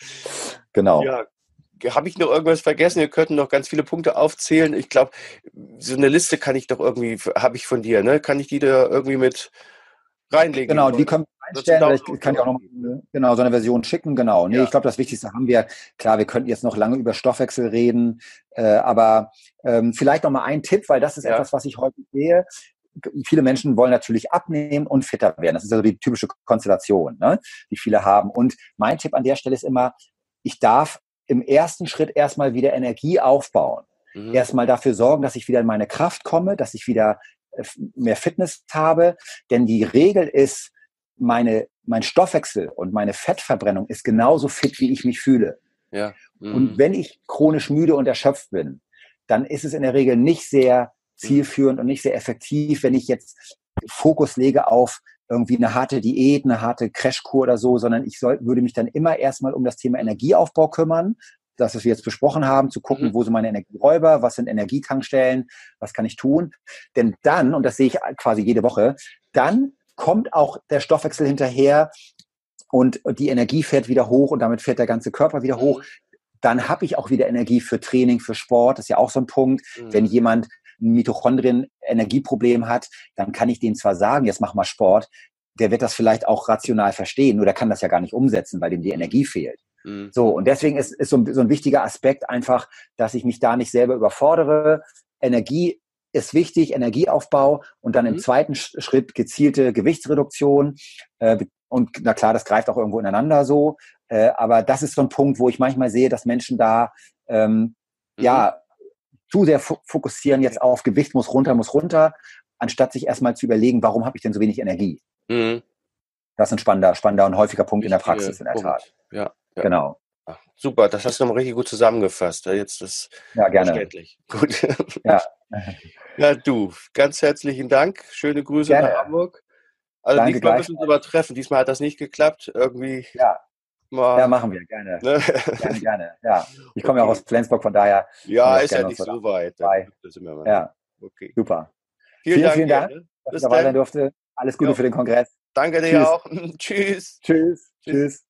genau. Ja. Habe ich noch irgendwas vergessen? Wir könnten noch ganz viele Punkte aufzählen. Ich glaube, so eine Liste kann ich doch irgendwie, habe ich von dir, ne? Kann ich die da irgendwie mit reinlegen? Genau, die können wir einstellen. Ich kann ja auch noch genau so eine Version schicken. Genau. Nee, ich glaube, das Wichtigste haben wir. Klar, wir könnten jetzt noch lange über Stoffwechsel reden, aber vielleicht noch mal ein Tipp, weil das ist etwas, was ich heute sehe. Viele Menschen wollen natürlich abnehmen und fitter werden. Das ist also die typische Konstellation, ne, die viele haben. Und mein Tipp an der Stelle ist immer, ich darf im ersten Schritt erstmal wieder Energie aufbauen. Erstmal dafür sorgen, dass ich wieder in meine Kraft komme, dass ich wieder mehr Fitness habe. Denn die Regel ist, mein Stoffwechsel und meine Fettverbrennung ist genauso fit, wie ich mich fühle. Ja. Und wenn ich chronisch müde und erschöpft bin, dann ist es in der Regel nicht sehr zielführend und nicht sehr effektiv, wenn ich jetzt Fokus lege auf irgendwie eine harte Diät, eine harte Crashkur oder so, sondern würde mich dann immer erstmal um das Thema Energieaufbau kümmern, das, was wir jetzt besprochen haben, zu gucken, wo sind meine Energieräuber, was sind Energietankstellen, was kann ich tun. Denn dann, und das sehe ich quasi jede Woche, dann kommt auch der Stoffwechsel hinterher und die Energie fährt wieder hoch und damit fährt der ganze Körper wieder hoch. Dann habe ich auch wieder Energie für Training, für Sport. Das ist ja auch so ein Punkt. Wenn jemand ein Mitochondrien-Energieproblem hat, dann kann ich dem zwar sagen, jetzt mach mal Sport, der wird das vielleicht auch rational verstehen, nur der kann das ja gar nicht umsetzen, weil dem die Energie fehlt. So, und deswegen ist so ein wichtiger Aspekt einfach, dass ich mich da nicht selber überfordere. Energie ist wichtig, Energieaufbau und dann im zweiten Schritt gezielte Gewichtsreduktion. Und na klar, das greift auch irgendwo ineinander so. Aber das ist so ein Punkt, wo ich manchmal sehe, dass Menschen da zu sehr fokussieren jetzt auf Gewicht muss runter, anstatt sich erstmal zu überlegen, warum habe ich denn so wenig Energie? Das ist ein spannender und häufiger Punkt in der Praxis, in der Tat. Ja. Genau. Ach, super, das hast du nochmal richtig gut zusammengefasst. Jetzt ist verständlich. Gut. Ja, du, ganz herzlichen Dank. Schöne Grüße nach Hamburg. Also Danke, diesmal müssen wir uns aber treffen. Diesmal hat das nicht geklappt. Irgendwie. Ja, machen wir, gerne. Ne? Gerne. Ja, ich komme ja auch aus Flensburg, von daher. Ja, ist ja nicht so weit. Ja, okay. Super. Vielen Dank, dass ich dabei sein durfte. Alles Gute für den Kongress. Danke dir auch. Tschüss. Tschüss.